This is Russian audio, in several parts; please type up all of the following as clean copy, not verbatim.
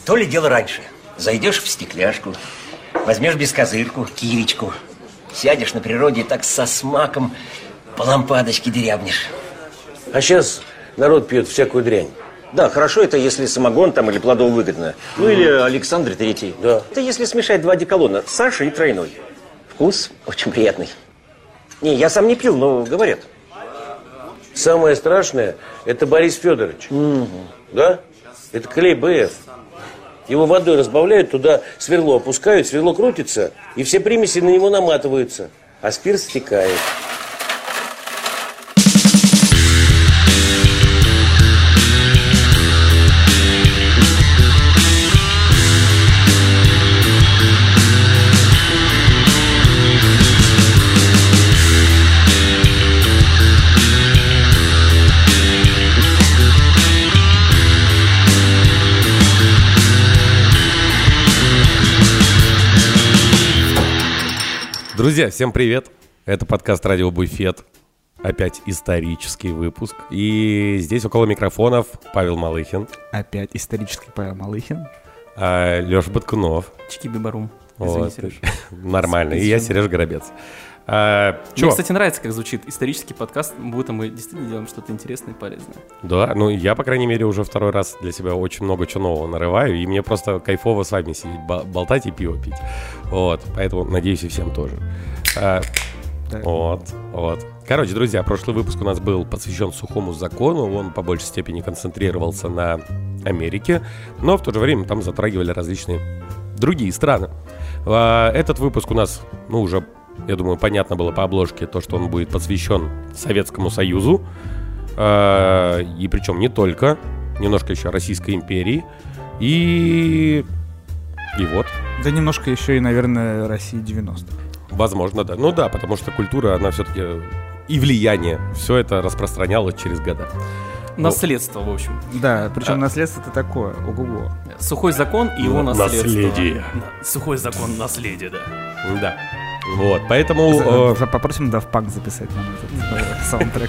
То ли дело раньше. Зайдешь в стекляшку, возьмешь бескозырку, киречку, сядешь на природе и так со смаком по лампадочке дерябнешь. А сейчас народ пьет всякую дрянь. Да, хорошо это, если самогон там или плодово-выгодно. Ну или Александр Третий. Да. Это если смешать два одеколона, Саша и тройной. Вкус очень приятный. Не, я сам не пил, но говорят. Самое страшное – это Борис Федорович. Да? Это клей БФ. Его водой разбавляют, туда сверло опускают, сверло крутится, и все примеси на него наматываются, а спирт стекает. Друзья, всем привет! Это подкаст «Радио Буфет». Опять исторический выпуск. И здесь около микрофонов Павел Малыхин. Опять исторический Павел Малыхин. Леша Баткунов. Чики-бибарум. Вот. Нормально. И я, Сережа Горобец. Мне, кстати, нравится, как звучит исторический подкаст, будто мы действительно делаем что-то интересное и полезное. Да, ну я, по крайней мере, уже второй раз для себя очень много чего нового нарываю, и мне просто кайфово с вами сидеть, болтать и пиво пить. Вот, поэтому надеюсь, и всем тоже. Вот. Короче, друзья, прошлый выпуск у нас был посвящен сухому закону, он по большей степени концентрировался на Америке, но в то же время там затрагивали различные другие страны. Этот выпуск у нас, уже... Я думаю, понятно было по обложке то, что он будет посвящен Советскому Союзу. И причем не только. Немножко еще Российской империи. И вот. Да немножко еще и, наверное, России 90-х. Возможно, да. Ну да, потому что культура, она все-таки и влияние. Все это распространялось через года. Наследство, в общем. Да, причем наследство-то такое, ого-го. Сухой закон и его наследство. Наследие. Сухой закон, наследие, да. Да. Вот, поэтому... Попросим Daft Punk записать нам этот саундтрек.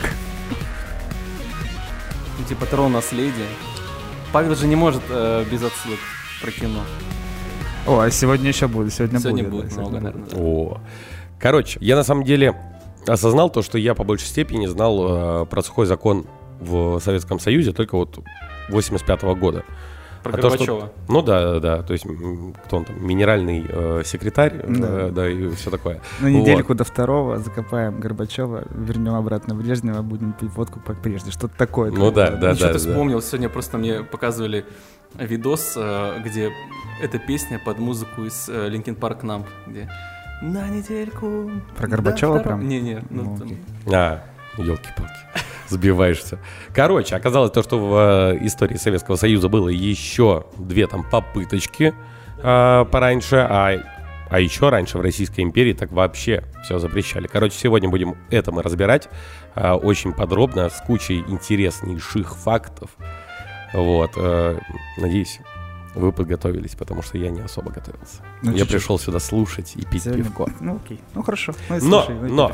Типа трон наследия. Павел же не может без отсылок про кино. О, а сегодня еще будет. Сегодня будет много, наверное. О. Короче, я на самом деле осознал то, что я по большей степени знал про сухой закон в Советском Союзе только вот 85-го года. Про Горбачева. Да. То есть, кто он там, минеральный секретарь, да, и все такое. На недельку до второго закопаем Горбачева, вернем обратно Брежнева, будем пить водку как прежде. Что-то такое. Да. Что-то вспомнил. Сегодня просто мне показывали видос, где эта песня под музыку из Linkin Park нам, где на недельку. Про Горбачева прям? Не. Ёлки-палки. Забиваешься. Короче, оказалось то, что в истории Советского Союза было еще две там попыточки пораньше, а еще раньше в Российской империи так вообще все запрещали. Короче, сегодня будем это мы разбирать очень подробно, с кучей интереснейших фактов. Вот. Надеюсь, вы подготовились, потому что я не особо готовился. Я пришел сюда слушать и пить пивко. Окей. Хорошо. Но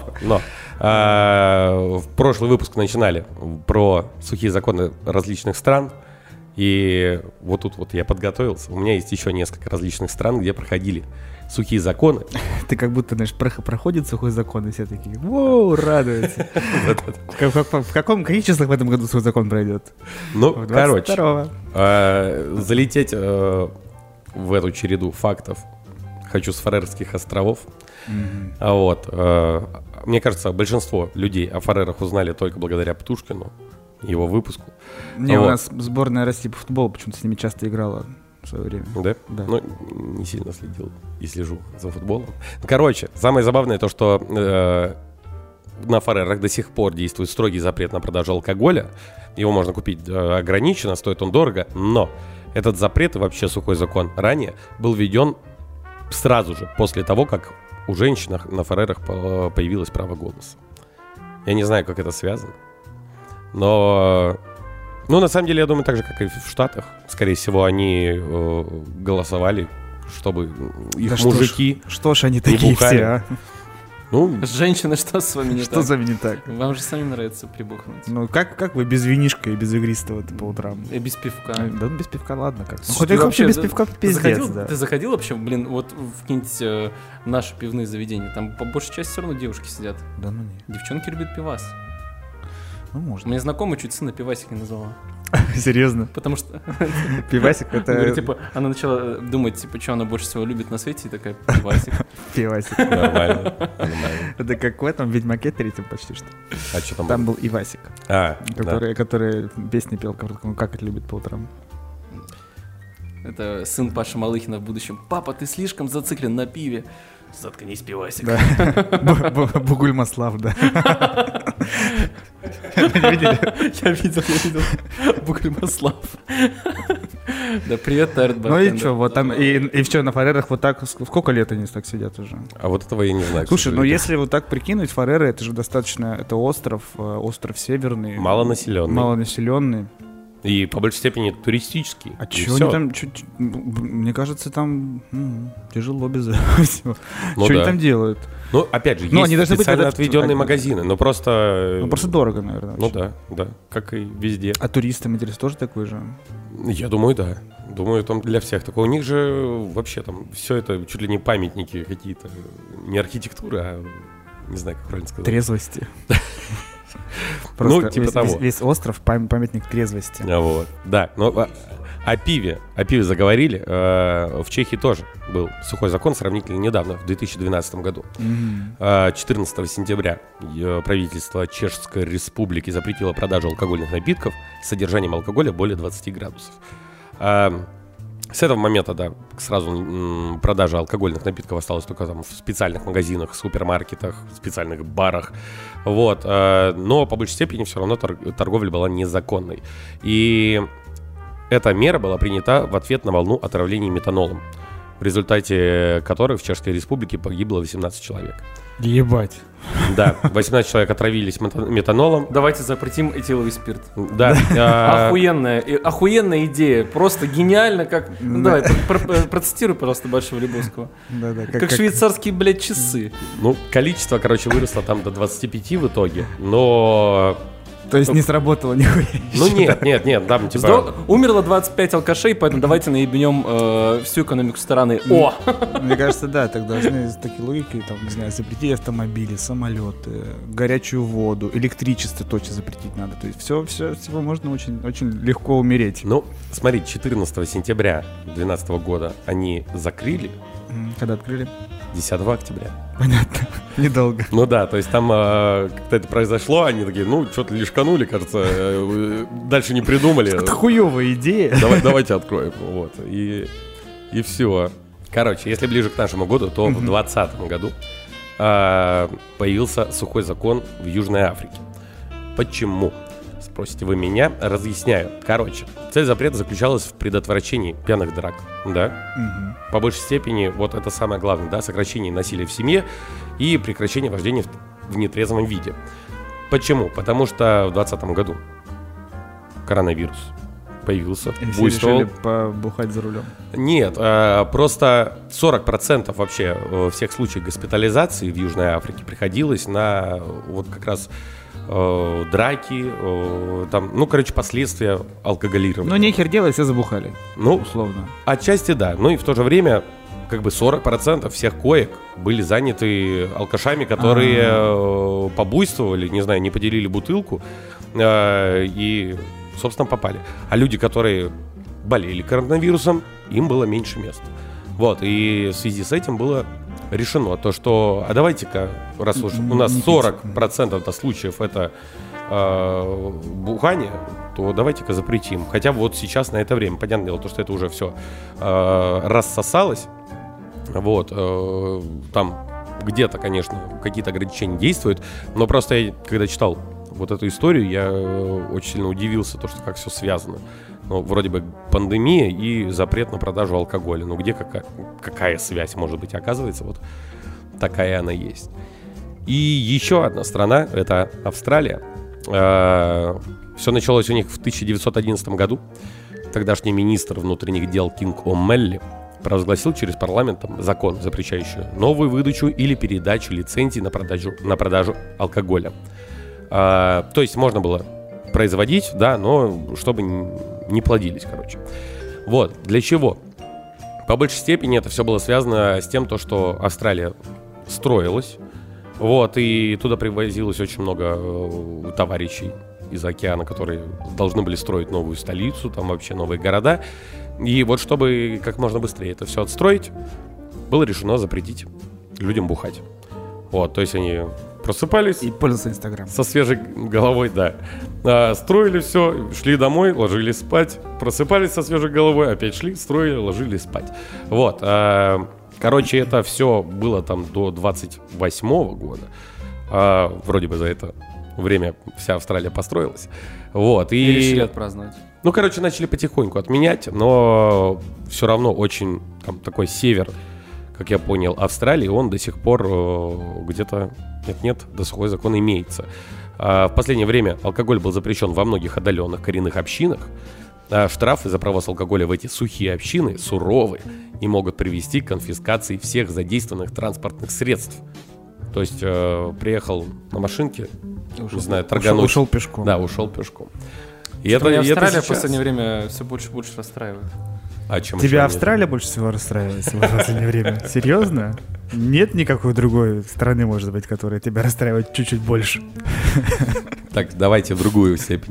в прошлый выпуск начинали про сухие законы различных стран. И вот тут вот я подготовился. У меня есть еще несколько различных стран, где проходили сухие законы. Ты как будто, знаешь, проходит сухой закон, и все такие, воу, радуются. В каких числах в этом году сухой закон пройдет? Короче, залететь в эту череду фактов хочу с Фарерских островов. Мне кажется, большинство людей о Фарерах узнали только благодаря Птушкину, его выпуску. У нас сборная России по футболу почему-то с ними часто играла в свое время. Да? Ну, не сильно следил и слежу за футболом. Короче, самое забавное то, что на Фарерах до сих пор действует строгий запрет на продажу алкоголя. Его можно купить ограниченно, стоит он дорого, но этот запрет и вообще сухой закон ранее был введен сразу же после того, как у женщин на Фарерах появилось право голоса. Я не знаю, как это связано. Но, на самом деле, я думаю, так же, как и в Штатах. Скорее всего, они голосовали, чтобы их мужики что ж они не такие бухали. все, а? Ну, Женщина, что с вами не Что так? за не так? Вам же самим нравится прибухнуть. Ну, как вы без винишка и без игристого-то по утрам? И без пивка. Да, без пивка, ладно как. Ну, Слушай, хоть ты их вообще без ты пивка пиздец, заходил, да. Ты заходил вообще, блин, вот в какие-нибудь наши пивные заведения? Там по большей части все равно девушки сидят. Да ну не. Девчонки любят пивас. Ну, У можно. меня знакомая чуть сына пивасик не назвала. Серьезно. Потому что, Пивасик говорю, это типа, она начала думать, типа, что она больше всего любит на свете, и такая, пивасик. пивасик. нормально. Это как в этом Ведьмаке третьем почти что. А что там Там было? был Ивасик, Да. который песни пел, как это любит по утрам. Это сын Паши Малыхина в будущем. Папа, ты слишком зациклен на пиве. Заткнись, пивасик. Да. Бугульмаслав, да. Видели? Я видел. Бугульмаслав. Да, привет, Тарт Ну и что, вот там, и что, на фарерах вот так, сколько лет они так сидят уже? А вот этого я не знаю. к Слушай, ну сожалению. если вот так прикинуть, Фареры, это же достаточно, это остров северный. Малонаселенный. Малонаселенный. И по большей степени туристический. А И чё всё. они там, мне кажется, там тяжело без этого всего. Ну Что они да. там делают? Ну, опять же, Ну, есть они должны быть специально вот это- отведенные магазины, но просто... Ну просто дорого, наверное. Ну вообще. да, как и везде. А туристам, интересно, тоже такой же? Я думаю, да. Думаю, там для всех такое. У них же вообще там все это чуть ли не памятники какие-то. Не архитектура, а не знаю, как правильно сказать. Трезвости. Ну, типа того. Весь остров памятник трезвости. Вот. Да, но о пиве заговорили. В Чехии тоже был сухой закон сравнительно недавно, в 2012 году. 14 сентября правительство Чешской Республики запретило продажу алкогольных напитков с содержанием алкоголя более 20 градусов. С этого момента, да, сразу продажа алкогольных напитков осталась только там в специальных магазинах, супермаркетах, специальных барах. Вот. Но по большей степени все равно торговля была незаконной. И эта мера была принята в ответ на волну отравлений метанолом, в результате которых в Чешской Республике погибло 18 человек. Ебать. Да, 18 человек отравились метанолом. Давайте запретим этиловый спирт. Да. Охуенная идея. Просто гениально, как... Ну, давай, процитируй, пожалуйста, Большого Лебовского. Да-да. Как швейцарские, блядь, часы. Ну, количество, короче, выросло там до 25 в итоге, но... То есть не сработало нихуя. Ну нет, там типа... Умерло 25 алкашей, поэтому давайте наебнем всю экономику страны. О! Мне кажется, да, так должны из такой логики, там, не знаю, запретить автомобили, самолеты, горячую воду, электричество точно запретить надо. То есть всего можно очень, очень легко умереть. Ну, смотри, 14 сентября 2012 года они закрыли, Когда открыли? 10 октября. Понятно. Недолго. Ну да, то есть там как-то это произошло, они такие, ну, что-то лишканули, кажется, дальше не придумали. Это хуевая идея. Давайте откроем. Вот. И все. Короче, если ближе к нашему году, то в 2020 году появился сухой закон в Южной Африке. Почему? Спросите вы меня, разъясняю. Короче, цель запрета заключалась в предотвращении пьяных драк, да? По большей степени, вот это самое главное, да, сокращение насилия в семье и прекращение вождения в нетрезвом виде. Почему? Потому что в 2020 году коронавирус появился, И все буйствовал. решили побухать за рулем. Нет, просто 40% вообще всех случаев госпитализации в Южной Африке приходилось на вот как раз драки, там, ну, короче, последствия алкоголизма. Ну, нехер делать, все забухали. Ну, Условно. отчасти да, ну и в то же время как бы 40% всех коек были заняты алкашами, которые побуйствовали, не знаю, не поделили бутылку и, собственно, попали. А люди, которые болели коронавирусом, им было меньше мест. Вот, и в связи с этим было решено то, что, а давайте-ка, раз уж у нас 40% случаев это бухание, то давайте-ка запретим. Хотя вот сейчас на это время, понятное дело, то, что это уже все рассосалось. Вот, там где-то, конечно, какие-то ограничения действуют, но просто я, когда читал вот эту историю, я очень сильно удивился, то, что как все связано. Ну, вроде бы пандемия и запрет на продажу алкоголя. Ну, где какая связь может быть? Оказывается, вот такая она есть. И еще одна страна, это Австралия. Все началось у них в 1911 году. Тогдашний министр внутренних дел Кинг О'Мелли провозгласил через парламент закон, запрещающий новую выдачу или передачу лицензий на продажу алкоголя. То есть можно было производить, да, но чтобы не плодились, короче. Вот, для чего? По большей степени это все было связано с тем, что Австралия строилась, вот, и туда привозилось очень много товарищей из океана, которые должны были строить новую столицу, там вообще новые города. И вот чтобы как можно быстрее это все отстроить, было решено запретить людям бухать. Вот, то есть они просыпались И пользоваться Инстаграм. со свежей головой, да. Строили все, шли домой, ложились спать, просыпались со свежей головой, опять шли, строили, ложились спать. Вот. Короче, это все было там до 28-го года. Вроде бы за это время вся Австралия построилась. Вот. И решили отпраздновать. Ну, короче, начали потихоньку отменять, но все равно очень там такой север, как я понял, Австралии, он до сих пор где-то, нет, да, сухой закон имеется. В последнее время алкоголь был запрещен во многих отдаленных коренных общинах. Штрафы за провоз алкоголя в эти сухие общины суровы и могут привести к конфискации всех задействованных транспортных средств. То есть приехал на машинке, не знаю, торгануть. Ушел пешком. Да, ушел пешком. И Что меня Австралия сейчас... в последнее время все больше и больше расстраивает. А чем Тебя еще Австралия больше всего расстраивает в последнее время? Серьезно? Нет никакой другой страны, может быть, которая тебя расстраивает чуть-чуть больше? Так, давайте в другую степь.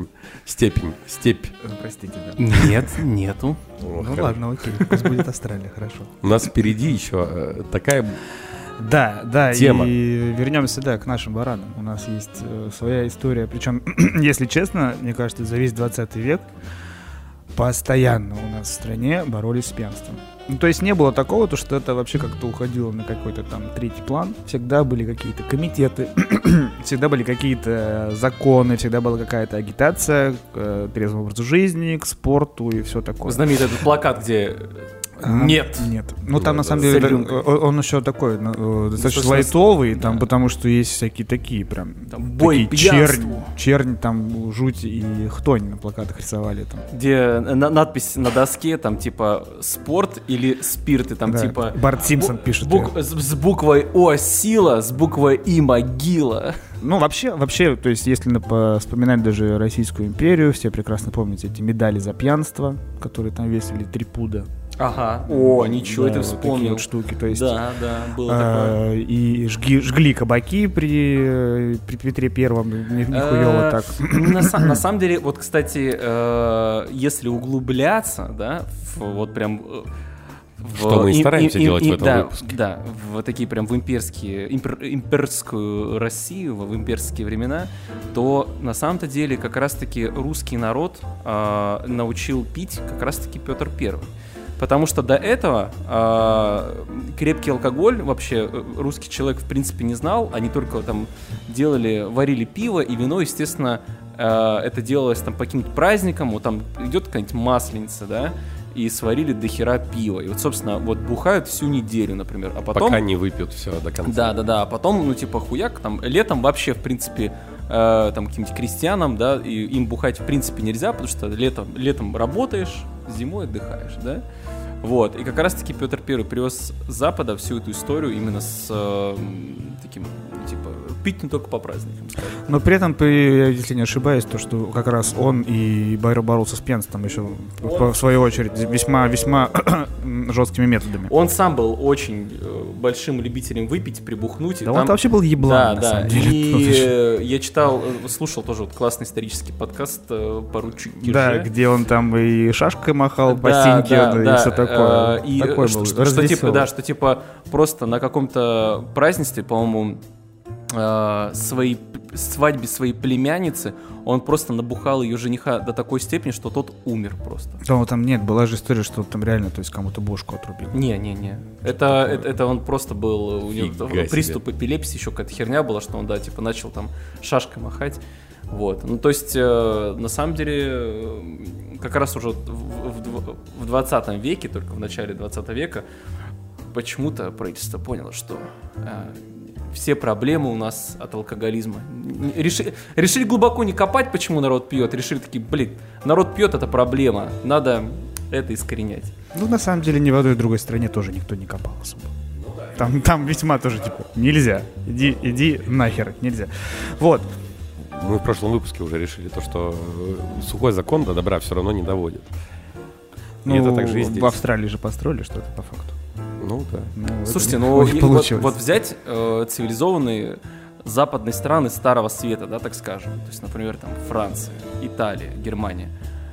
Простите, да. Нет, нету. Ну ладно, окей, пусть будет Австралия, хорошо. У нас впереди еще такая... Да, Тема. и вернемся, да, к нашим баранам. У нас есть своя история, причем, если честно, мне кажется, за весь 20 век постоянно у нас в стране боролись с пьянством. Ну, то есть не было такого, то, что это вообще как-то уходило на какой-то там третий план. Всегда были какие-то комитеты, всегда были какие-то законы, всегда была какая-то агитация к трезвому образу жизни, к спорту и все такое. Знаменитый этот плакат, где нет. Нет. Ну, там, на самом деле, он еще такой, достаточно лайтовый, там, потому что есть всякие такие прям, Там бой такие пьянству. чернь, там, жуть и хтонь на плакатах рисовали. Там. Где надпись на доске, там, типа, спорт или спирт, и там, Да, типа... Барт Симпсон пишет. С буквой О сила, с буквой И могила. Ну, вообще, то есть, если вспоминать даже Российскую империю, все прекрасно помнят эти медали за пьянство, которые там весили 3 пуда. Ага. О, ничего, Да, ты вот такие вспомнил. вот штуки, то есть... Да, было такое. И жгли кабаки при Петре Первом, нихуево так. На самом деле, вот, кстати, если углубляться, да, вот прям... Что мы и стараемся делать в этом выпуске. Да, в такие прям в имперскую Россию, в имперские времена, то на самом-то деле как раз-таки русский народ научил пить как раз-таки Петр Первый. Потому что до этого крепкий алкоголь вообще русский человек в принципе не знал. Они только там варили пиво и вино, естественно, это делалось там по каким-то праздникам. Вот там идет какая-нибудь масленица, да, и сварили дохера пива. И вот, собственно, вот бухают всю неделю, например. А потом... Пока не выпьют все до конца. Да. А потом, ну, типа, хуяк, там, летом вообще, в принципе, там, каким-нибудь крестьянам, да, и им бухать, в принципе, нельзя, потому что летом работаешь, зимой отдыхаешь, да. Вот, и как раз-таки Петр Первый привез с Запада всю эту историю именно с таким, типа, пить не только по праздникам. Но при этом, если не ошибаюсь, то, что как раз он и боролся с пьянством еще, в свою очередь, весьма жесткими методами. Он сам был очень большим любителем выпить, прибухнуть. Да, он вообще был еблан, на самом деле. И я слушал тоже вот классный исторический подкаст «Поручик Кирже». Да, где он там и шашкой махал по синьке, и все такое. И такой был развеселый. что типа просто на каком-то празднестве, по-моему, свадьбе своей племянницы, он просто набухал ее жениха до такой степени, что тот умер просто. Да, там нет, была же история, что там реально, то есть кому-то бошку отрубили. Не. Это он просто был, у него Фига приступ эпилепсии, еще какая-то херня была, что он, да, типа начал там шашкой махать. Вот. Ну, то есть, на самом деле, как раз уже в 20 веке, только в начале 20 века, почему-то правительство поняло, что все проблемы у нас от алкоголизма. Решили глубоко не копать, почему народ пьет. Решили такие, народ пьет, это проблема. Надо это искоренять. Ну, на самом деле, ни в одной другой стране тоже никто не копал особо. Там весьма тоже, типа, нельзя. Иди нахер, нельзя. Вот. Мы в прошлом выпуске уже решили то, что сухой закон до добра все равно не доводит. Ну, и это также и здесь. в Австралии же построили что-то по факту. Ну да. Слушайте, вот взять цивилизованные западные страны Старого Света, да, так скажем, то есть, например, там Франция, Италия, Германия,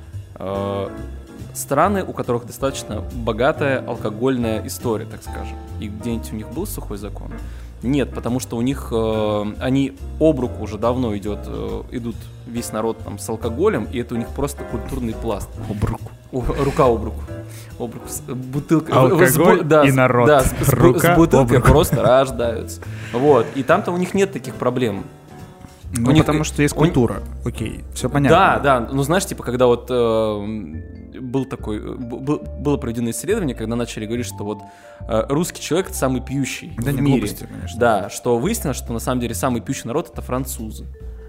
страны, у которых достаточно богатая алкогольная история, так скажем, и где-нибудь у них был сухой закон? Нет, потому что у них они об руку уже давно идут весь народ там с алкоголем, и это у них просто культурный пласт. Об руку. Рука об руку. Бутылка. Алкоголь и народ. Да, с бутылкой об руку. просто рождаются. Вот. И там-то у них нет таких проблем. Ну, потому что есть культура. Окей, все понятно. Да. Ну, знаешь, типа, когда вот было проведено исследование, когда начали говорить, что вот русский человек — это самый пьющий в мире. Глупости, конечно. Да, что выяснилось, что на самом деле самый пьющий народ — это французы.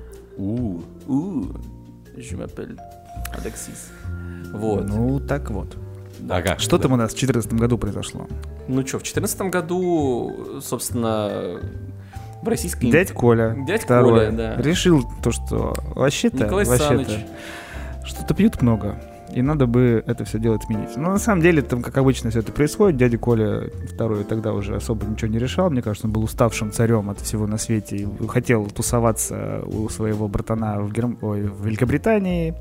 Je m'appelle Alexis. Вот. Ну, так вот. Ага, Что там у нас в 2014 году произошло? Ну что, в 2014 году, собственно, в российской... Дядь Коля, Дядь второй, Коля, да. решил то, что вообще-то Николай Саныч. что-то пьют много, и надо бы это все дело отменить. Но на самом деле, там, как обычно, все это происходит. Дядя Коля второй тогда уже особо ничего не решал. Мне кажется, он был уставшим царем от всего на свете и хотел тусоваться у своего братана в Великобритании.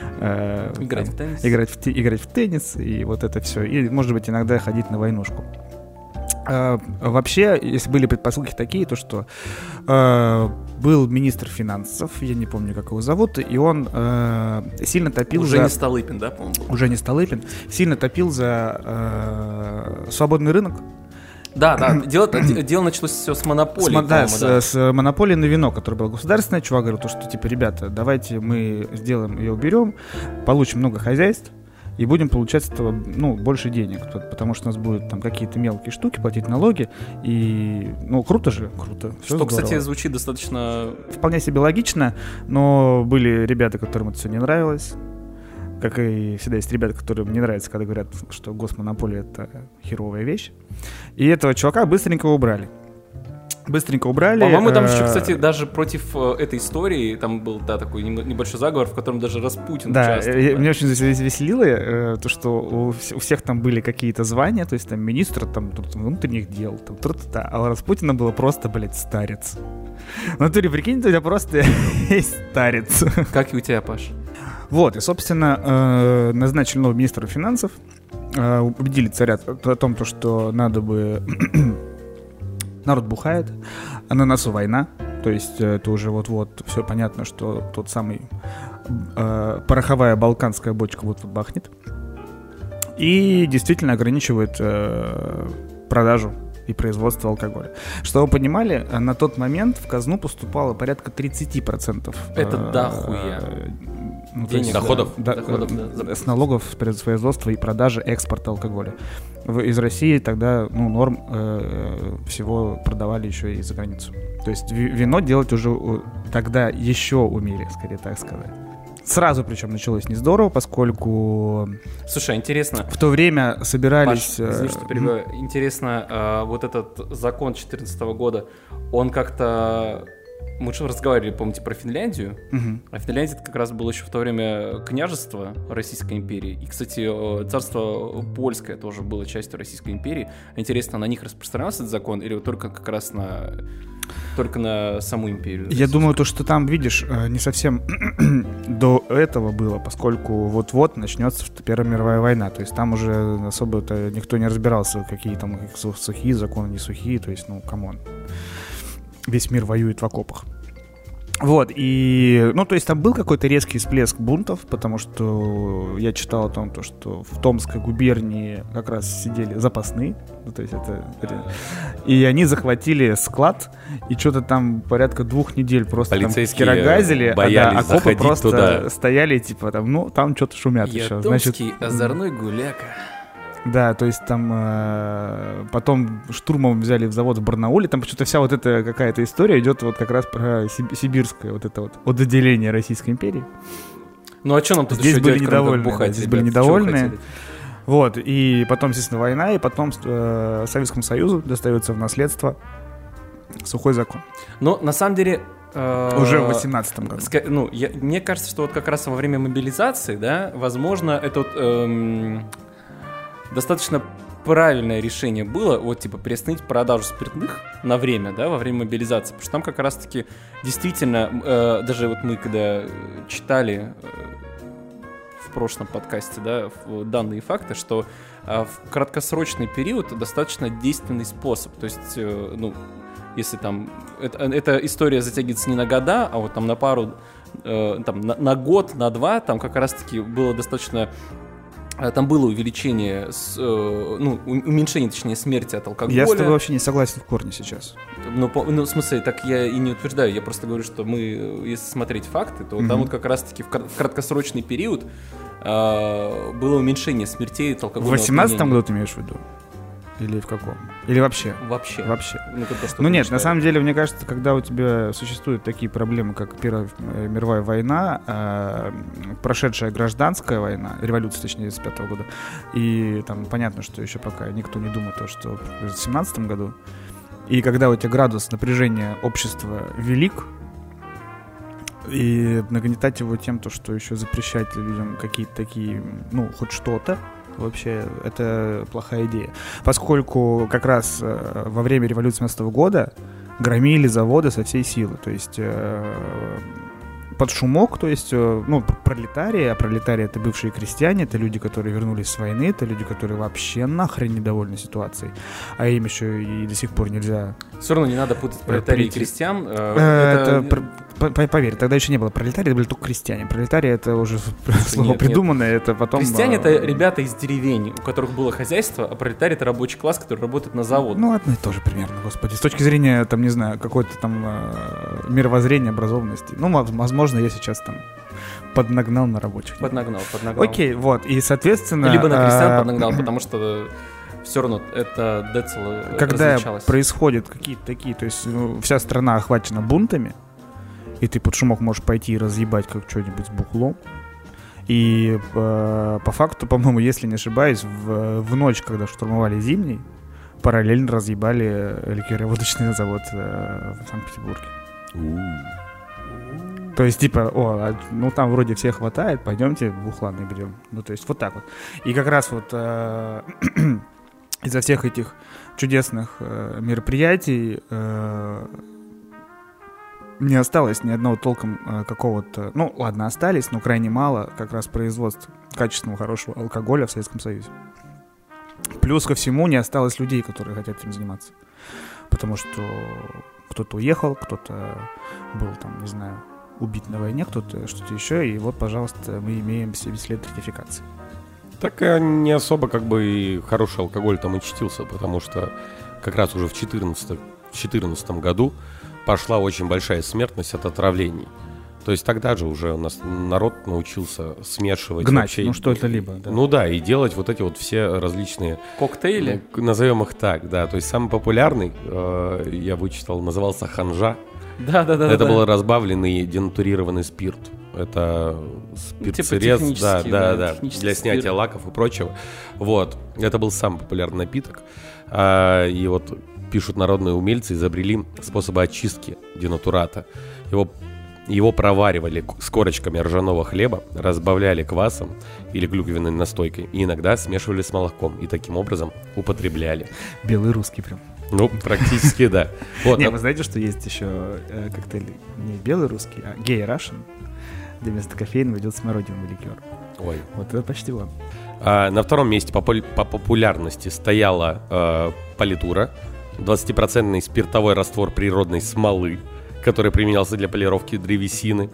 Играть в теннис, и вот это все. И, может быть, иногда ходить на войнушку. Вообще, если были предпосылки такие, то что был министр финансов, я не помню, как его зовут, и он сильно топил Уже за... не Столыпин, да, по-моему? Уже не Столыпин. Сильно топил за свободный рынок. Да, дело началось все с монополии. С монополии на вино, которое было государственное. Чувак говорил, то, что, типа, ребята, давайте мы сделаем ее, уберем, получим много хозяйств, и будем получать с этого, больше денег, потому что у нас будут там какие-то мелкие штуки, платить налоги, и, круто же, круто. Что, здорово. Кстати, звучит достаточно... Вполне себе логично, но были ребята, которым это все не нравилось, как и всегда есть ребята, которым не нравится, когда говорят, что госмонополия — это херовая вещь, и этого чувака быстренько убрали. По-моему, там еще, кстати, даже против этой истории там был, такой небольшой заговор, в котором даже Распутин участвовал. Да, меня очень веселило то, что у всех там были какие-то звания, то есть там министр там, внутренних дел, а у Распутина было просто, старец. В натуре, прикинь, у тебя просто есть старец. Как и у тебя, Паш. Вот, и, собственно, назначили нового министра финансов, убедили царя о том, что надо бы... Народ бухает, а на носу война, то есть это уже вот-вот все понятно, что тот самый пороховая балканская бочка вот-вот бахнет. И действительно ограничивает продажу и производство алкоголя. Чтобы вы понимали, на тот момент в казну поступало порядка 30%. Это дохуя. Денег, доходов? Доходов, с налогов с производства и продажи, экспорта алкоголя. Из России тогда норм всего продавали еще и за границу. То есть вино делать уже тогда еще умели, скорее так сказать. Сразу причем началось не здорово, поскольку... Слушай, интересно. В то время собирались... Паш, извини, что перебиваю. Интересно, вот этот закон 2014 года, он как-то... Мы же разговаривали, помните, про Финляндию. А Финляндия как раз было еще в то время княжество Российской империи. И, кстати, царство польское тоже было частью Российской империи. Интересно, на них распространялся этот закон или только как раз только на саму империю? Я думаю, то, что там, видишь, не совсем до этого было, поскольку вот-вот начнется Первая мировая война. То есть там уже особо-то никто не разбирался, какие там сухие законы, не сухие. То есть, камон. Весь мир воюет в окопах. Вот, и, то есть там был какой-то резкий всплеск бунтов, потому что я читал о том, что в Томской губернии как раз сидели запасные, то есть и они захватили склад, и что-то там порядка 2 недель просто там кирогазили, окопы просто туда. Стояли, типа там что-то шумят я еще. Томский озорной гуляка. Да, то есть там потом штурмом взяли в завод в Барнауле, там почему-то вся вот эта какая-то история идет вот как раз про сибирское вот это вот отделение Российской империи. Ну а что нам тут здесь еще были делать, недовольны, бухать, здесь ребят? были недовольны. Вот, и потом, естественно, война, и потом Советскому Союзу достается в наследство сухой закон. Но на самом деле... Уже в 18-м году. Мне кажется, что вот как раз во время мобилизации, да, возможно, это вот, достаточно правильное решение было, вот, типа, приостановить продажу спиртных на время, да, во время мобилизации, потому что там как раз-таки действительно, даже вот мы когда читали в прошлом подкасте, да, данные факты, что в краткосрочный период достаточно действенный способ, то есть, если там эта история затягивается не на года, а вот там на пару, там на год, на два, там как раз-таки было достаточно, там было увеличение, уменьшение, точнее, смерти от алкоголя. Я с тобой вообще не согласен в корне сейчас. В смысле, так я и не утверждаю, я просто говорю, что мы, если смотреть факты, то там вот как раз-таки в краткосрочный период было уменьшение смертей от алкогольного опьянения. В 18-м году ты имеешь в виду? Или в каком? Или вообще? Вообще. Нет, на самом деле, мне кажется, когда у тебя существуют такие проблемы, как Первая мировая война, прошедшая гражданская война, революция, точнее, с 5-го года, и там понятно, что еще пока никто не думает, что в 17-м году, и когда у тебя градус напряжения общества велик, и нагнетать его тем, что еще запрещать людям какие-то такие, хоть что-то, вообще, это плохая идея. Поскольку как раз во время революции 17 года громили заводы со всей силы. То есть под шумок, то есть, пролетарии, а пролетарии — это бывшие крестьяне, это люди, которые вернулись с войны, это люди, которые вообще нахрен недовольны ситуацией, а им еще и до сих пор нельзя... Все равно не надо путать пролетарий и крестьян. Поверь, тогда еще не было пролетариев, были только крестьяне. Пролетарии — это уже слово придуманное, это потом... Крестьяне — это ребята из деревень, у которых было хозяйство, а пролетарий — это рабочий класс, который работает на заводе. Одно и то же примерно, господи. С точки зрения, там, не знаю, какой-то там мировоззрения, образованности. Возможно, я сейчас там поднагнал на рабочих. Поднагнал. Окей, вот, и, соответственно... Либо на крестьян поднагнал, потому что все равно это децл когда различалось. Происходят какие-то такие, то есть вся страна охвачена бунтами, и ты под шумок можешь пойти и разъебать как что-нибудь с бухлом. И по факту, по-моему, если не ошибаюсь, в ночь, когда штурмовали Зимний, параллельно разъебали ликероводочный завод в Санкт-Петербурге. То есть, типа, там вроде всех хватает, пойдемте бухла наберем. То есть, вот так вот. И как раз вот из-за всех этих чудесных мероприятий не осталось ни одного толком какого-то... ладно, остались, но крайне мало как раз производств качественного, хорошего алкоголя в Советском Союзе. Плюс ко всему не осталось людей, которые хотят этим заниматься. Потому что кто-то уехал, кто-то был там, не знаю, убит на войне, кто-то что-то еще. И вот, пожалуйста, мы имеем 70 лет ратификации. Так не особо как бы и хороший алкоголь там и чтился, потому что как раз уже в 2014 году пошла очень большая смертность от отравлений. То есть тогда же уже у нас народ научился смешивать... Гнать, что-то либо. Да. И делать вот эти вот все различные... Коктейли? Назовем их так, да. То есть самый популярный, я вычитал, назывался ханжа. Да. Это был разбавленный денатурированный спирт. Это спирт-сырец, да, для снятия лаков и прочего. Вот. Это был самый популярный напиток. И вот пишут, народные умельцы изобрели способы очистки денатурата. Его проваривали с корочками ржаного хлеба, разбавляли квасом или клюквенной настойкой и иногда смешивали с молоком и таким образом употребляли. Белый русский прям. Практически да. Вы знаете, что есть еще коктейль не белый русский, а гей Russian, где вместо кофеина идет смородиновый ликер. Ой. Вот это почти он. На втором месте по популярности стояла политура, 20% спиртовой раствор природной смолы, который применялся для полировки древесины.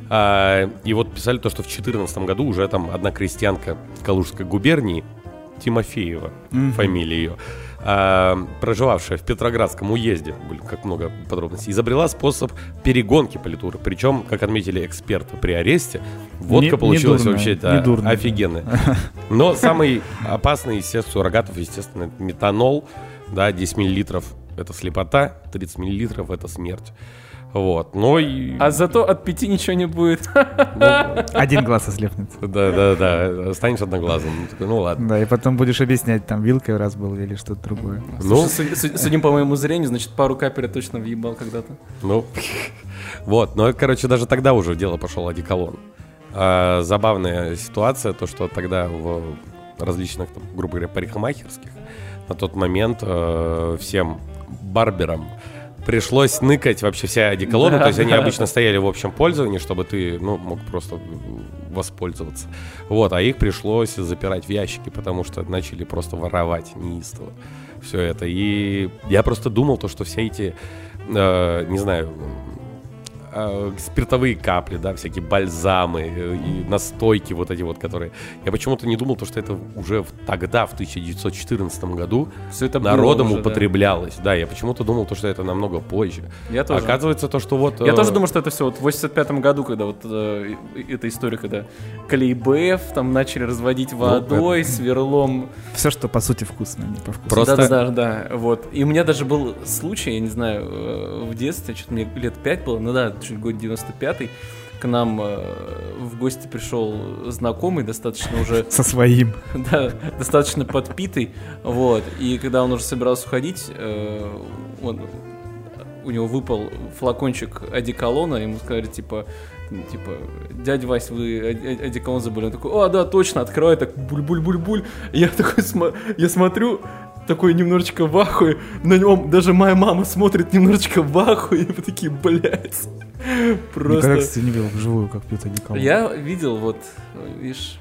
И вот писали то, что в 2014 году уже там одна крестьянка Калужской губернии, Тимофеева, фамилия ее, проживавшая в Петроградском уезде, как много подробностей, изобрела способ перегонки политуры. Причем, как отметили эксперты при аресте, водка получилась вообще офигенная. Но самый опасный из всех суррогатов, естественно, это метанол. Да, 10 миллилитров — это слепота, 30 миллилитров — это смерть. Вот, но и... А зато от 5 ничего не будет. Один глаз ослепнет. Да, станешь одноглазым. Такой, ну ладно. Да, и потом будешь объяснять, там вилкой раз был или что-то другое. Ну, Судя по моему зрению, значит, пару капель я точно въебал когда-то. ну, вот, но, короче, даже тогда уже в дело пошел одеколон. Забавная ситуация, то, что тогда в различных, там, грубо говоря, парикмахерских на тот момент всем барберам пришлось ныкать вообще все одеколоны, то есть они обычно стояли в общем пользовании, чтобы ты, ну, мог просто воспользоваться. Вот, а их пришлось запирать в ящики, потому что начали просто воровать неистово все это. И я просто думал, то, что все эти, не знаю, спиртовые капли, да, всякие бальзамы и настойки вот эти вот, которые... Я почему-то не думал, что это уже тогда, в 1914 году, Все это народом было уже, употреблялось. Да, я почему-то думал, что это намного позже. Я тоже. Оказывается, то, что вот... Я тоже думал, что это все вот в 85-м году, когда вот эта история, когда клей БФ там начали разводить водой, сверлом. Все, что по сути вкусно, не по вкусу. Просто- Да, вот. И у меня даже был случай, я не знаю, в детстве, что-то мне лет 5 было, ну да, чуть год 95-й, к нам в гости пришел знакомый, достаточно уже... Со своим. Да, достаточно подпитый, вот, и когда он уже собирался уходить, у него выпал флакончик одеколона, ему сказали, типа, дядя Вась, вы одеколон забыли? Он такой, а, да, точно, открывай, так, буль-буль-буль-буль, я такой, я смотрю, такой немножечко в ахуе, на нем даже моя мама смотрит немножечко в ахуе, и мы такие, блядь, просто... Никогда, кстати, не видел вживую, как пьют одеколон. Я видел, вот, видишь...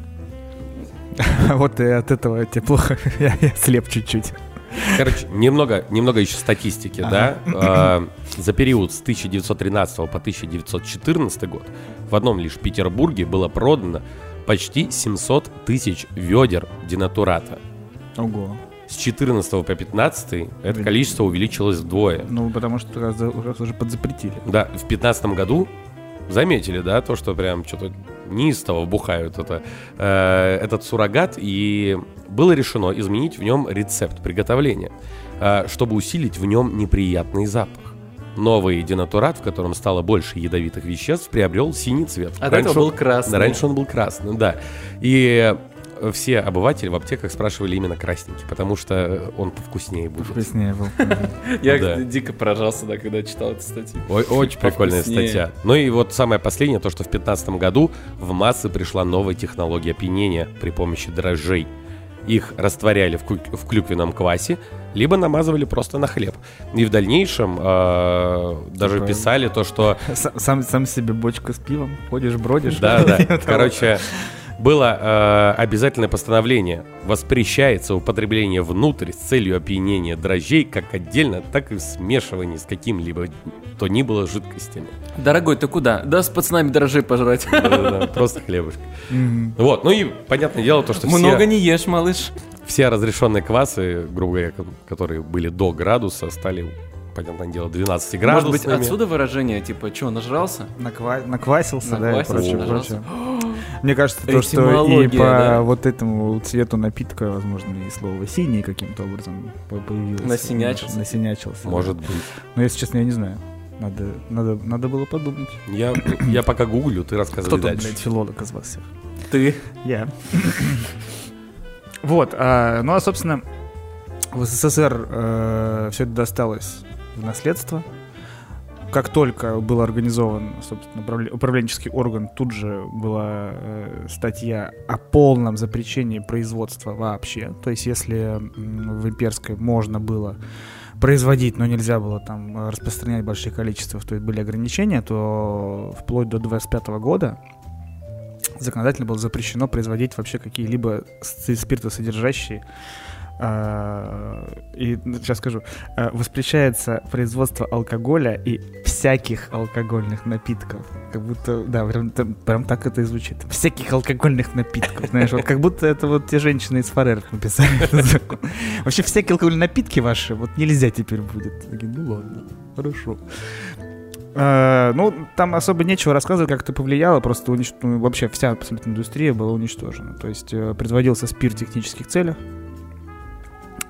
Вот и от этого тебе плохо, я слеп чуть-чуть. Короче, немного еще статистики, да. За период с 1913 по 1914 год в одном лишь Петербурге было продано почти 700 тысяч ведер денатурата. Ого. С 14 по 15 это количество увеличилось вдвое. Ну, потому что раз уже подзапретили. Да, в 15 году заметили, да, то, что прям что-то неистово вбухают этот суррогат, и было решено изменить в нем рецепт приготовления, чтобы усилить в нем неприятный запах. Новый денатурат, в котором стало больше ядовитых веществ, приобрел синий цвет. А до этого был красный. Раньше он был красный, да. И все обыватели в аптеках спрашивали именно красненький, потому что он повкуснее будет. Вкуснее был. Я дико поражался, да, когда читал эту статью. Очень прикольная Повкуснее. статья. Ну и вот самое последнее, то, что в 2015 году в массы пришла новая технология опьянения при помощи дрожжей. Их растворяли в клюквенном квасе, либо намазывали просто на хлеб. И в дальнейшем даже писали то, что... Сам себе бочка с пивом, ходишь, бродишь. Да. Короче, было обязательное постановление. Воспрещается употребление внутрь с целью опьянения дрожжей как отдельно, так и в смешивании с каким-либо то ни было жидкостями. Дорогой, ты куда? Да, с пацанами дрожжей пожрать. Да, просто хлебушек. Вот, ну и понятное дело, то, что Много не ешь, малыш. все разрешенные квасы, грубо говоря, которые были до градуса, стали, понятное дело, 12 градусами. Может быть, отсюда выражение, типа, что, нажрался? Наквасился, да, и Наквасился, прочее, нажрался. прочее. Мне кажется, то, что и Этимология, по да. вот этому цвету напитка, возможно, и слово «синий» каким-то образом появилось. Насинячился. Насинячился. Может да. быть. Но, если честно, я не знаю. Надо было подумать. Я пока гуглю, ты рассказывай Кто тут, дальше. блядь, филолог из вас всех? Ты. Я. Вот, ну а, собственно, в СССР все это досталось в наследство. Как только был организован, собственно, управленческий орган, тут же была статья о полном запрещении производства вообще. То есть, если в имперской можно было производить, но нельзя было там распространять большие количества, то есть были ограничения, то вплоть до 25 года законодательно было запрещено производить вообще какие-либо спиртосодержащие. И сейчас скажу, воспрещается производство алкоголя и всяких алкогольных напитков. Как будто, да, прям так это и звучит. Всяких алкогольных напитков, знаешь, вот как будто это вот те женщины из Фарер написали этот закон. Вообще всякие алкогольные напитки ваши вот нельзя теперь будет. Такие, ну ладно, хорошо. Ну, там особо нечего рассказывать, как это повлияло, просто вообще вся абсолютно индустрия была уничтожена. То есть производился спирт в технических целях.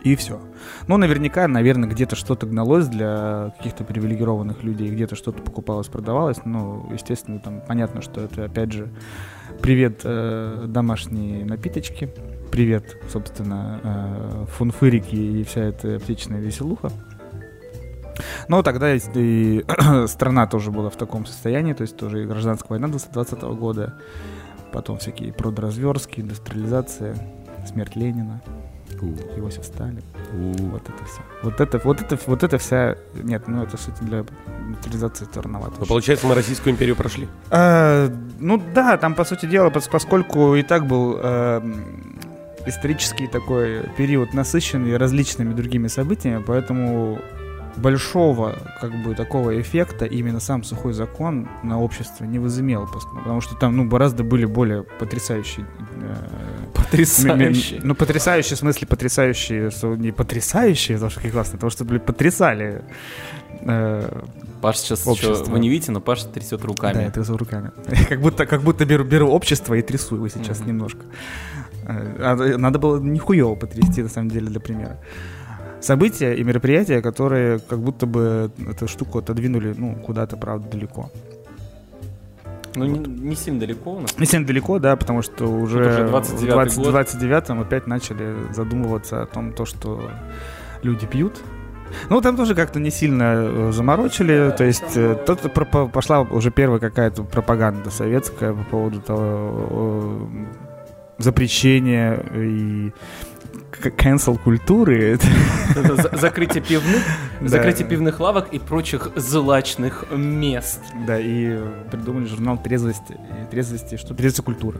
И все. Ну, наверняка, наверное, где-то что-то гналось для каких-то привилегированных людей, где-то что-то покупалось, продавалось. Ну, естественно, там понятно, что это, опять же, привет домашние напиточки, привет, собственно, фунфырики и вся эта аптечная веселуха. Но тогда и страна тоже была в таком состоянии, то есть тоже и гражданская война 2020 года, потом всякие продразверстки, индустриализация, смерть Ленина. Иосиф Сталин. Вот это все. Вот это вся... Нет, ну это, суть, для утилизации это рановато. Ну, получается, мы Российскую империю прошли. Ну да, там, по сути дела, поскольку и так был исторический такой период, насыщенный различными другими событиями, поэтому большого, как бы, такого эффекта именно сам сухой закон на общество не возымел, потому что там, ну, гораздо были более потрясающие... Потрясающие. Ну, потрясающие, в смысле, потрясающие, не потрясающие, потому что какие классные, потому что, потрясали Паша сейчас общество. Вы не видите, но Паша трясет руками. Да, я трясу руками. Как будто беру общество и трясу его сейчас немножко. Надо было нихуево потрясти, на самом деле, для примера. События и мероприятия, которые как будто бы эту штуку отодвинули, ну, куда-то, правда, далеко. Ну, не сильно далеко у нас. Не сильно далеко, да, потому что уже в 29-м опять начали задумываться о том, что люди пьют. Ну, там тоже как-то не сильно заморочили, то есть тут пошла уже первая какая-то пропаганда советская по поводу того запрещения и cancel культуры. Закрытие пивных лавок и прочих злачных мест. Да, и придумали журнал «Трезвости». Что? «Трезвость культура».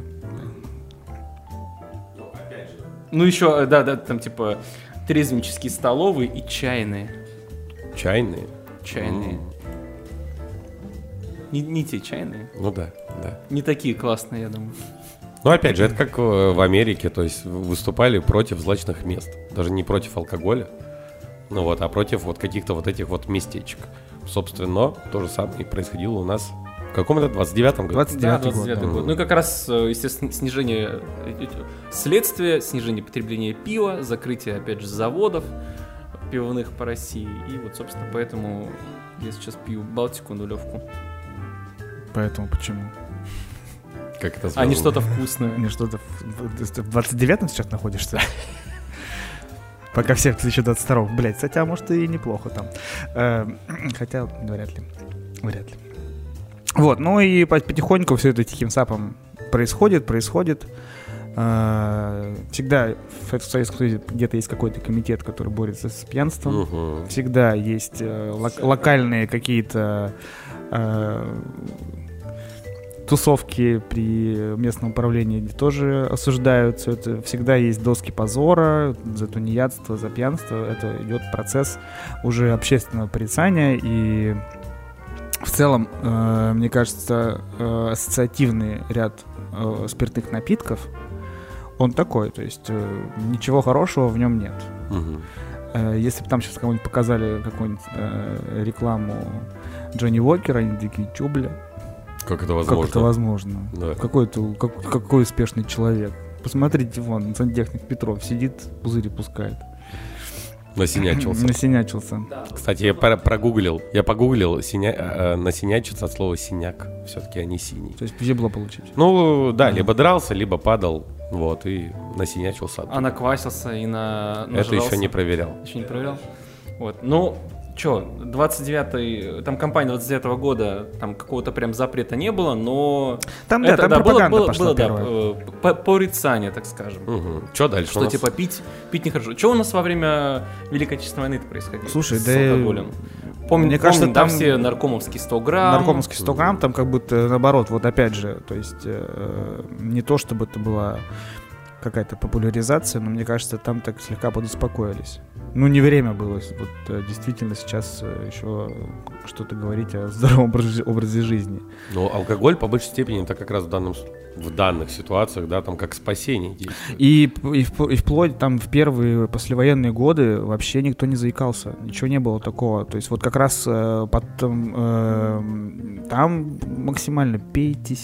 Ну, еще, да, там типа трезвеннические столовые и чайные. Чайные? Чайные. Не те чайные. Ну да. Не такие классные, я думаю. Ну, опять же, это как в Америке, то есть выступали против злачных мест. Даже не против алкоголя, ну вот, а против вот каких-то вот этих вот местечек. Собственно, то же самое и происходило у нас в каком-то 29-м году. 29-й год. Ну и как раз, естественно, снижение следствия, снижение потребления пива, закрытие, опять же, заводов пивных по России. И вот, собственно, поэтому я сейчас пью Балтику нулевку. Поэтому почему? Как это а не что-то вкусное. Не что-то... В 29-м сейчас находишься? Пока все в 2022-м. Блять, хотя, может, и неплохо там. Хотя, вряд ли. Вот, ну и потихоньку все это тихим сапом происходит. Всегда в Советском Союзе где-то есть какой-то комитет, который борется с пьянством. Всегда есть локальные какие-то... тусовки при местном управлении тоже осуждаются. Это всегда есть доски позора за тунеядство, за пьянство. Это идет процесс уже общественного порицания. И в целом, мне кажется, ассоциативный ряд спиртных напитков, он такой. То есть ничего хорошего в нем нет. Если бы там сейчас кому-нибудь показали какую-нибудь рекламу Джонни Уокера, они такие, чё, бля? Как это возможно? Да. Какой успешный человек. Посмотрите, вон, сантехник Петров сидит, пузыри пускает. Насинячился. Кстати, я погуглил, насинячиться от слова синяк. Все-таки, а не синий. То есть ебло получить. Ну, да, либо дрался, либо падал. Вот, и насинячился. А наквасился и это еще не проверял. Вот, ну... Че, 29-й, там кампания 29-го года, там какого-то прям запрета не было, но... Там, да, там пропаганда пошла первая. Порицание, так скажем. Что дальше? Что, типа, пить нехорошо. Что у нас во время Великой Отечественной войны происходило? Слушай, с алкоголем? Мне кажется, там все наркомовские 100 грамм. Наркомовские 100 грамм, там как будто наоборот, вот опять же, то есть не то, чтобы это была какая-то популяризация, но мне кажется, там так слегка подуспокоились. Ну, не время было. Вот действительно сейчас еще что-то говорить о здоровом образе жизни. Но алкоголь по большей степени это как раз в данных ситуациях, да, там как спасение действует. И вплоть там в первые послевоенные годы вообще никто не заикался. Ничего не было такого. То есть вот как раз потом там максимально пейте,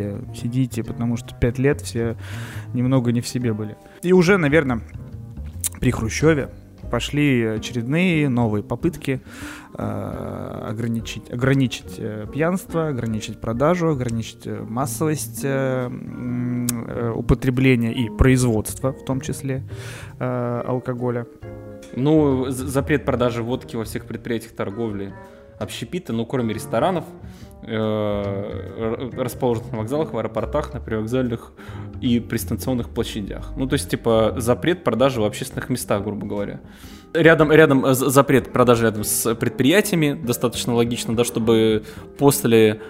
сидите, потому что 5 лет все немного не в себе были. И уже, наверное, при Хрущеве пошли очередные новые попытки ограничить пьянство, ограничить продажу, ограничить массовость употребления и производства, в том числе, алкоголя. Ну, запрет продажи водки во всех предприятиях торговли, общепита, ну, кроме ресторанов, расположенных на вокзалах, в аэропортах, на привокзальных и пристанционных площадях. Ну, то есть, типа, запрет продажи в общественных местах, грубо говоря. Рядом запрет продажи рядом с предприятиями, достаточно логично, да, чтобы после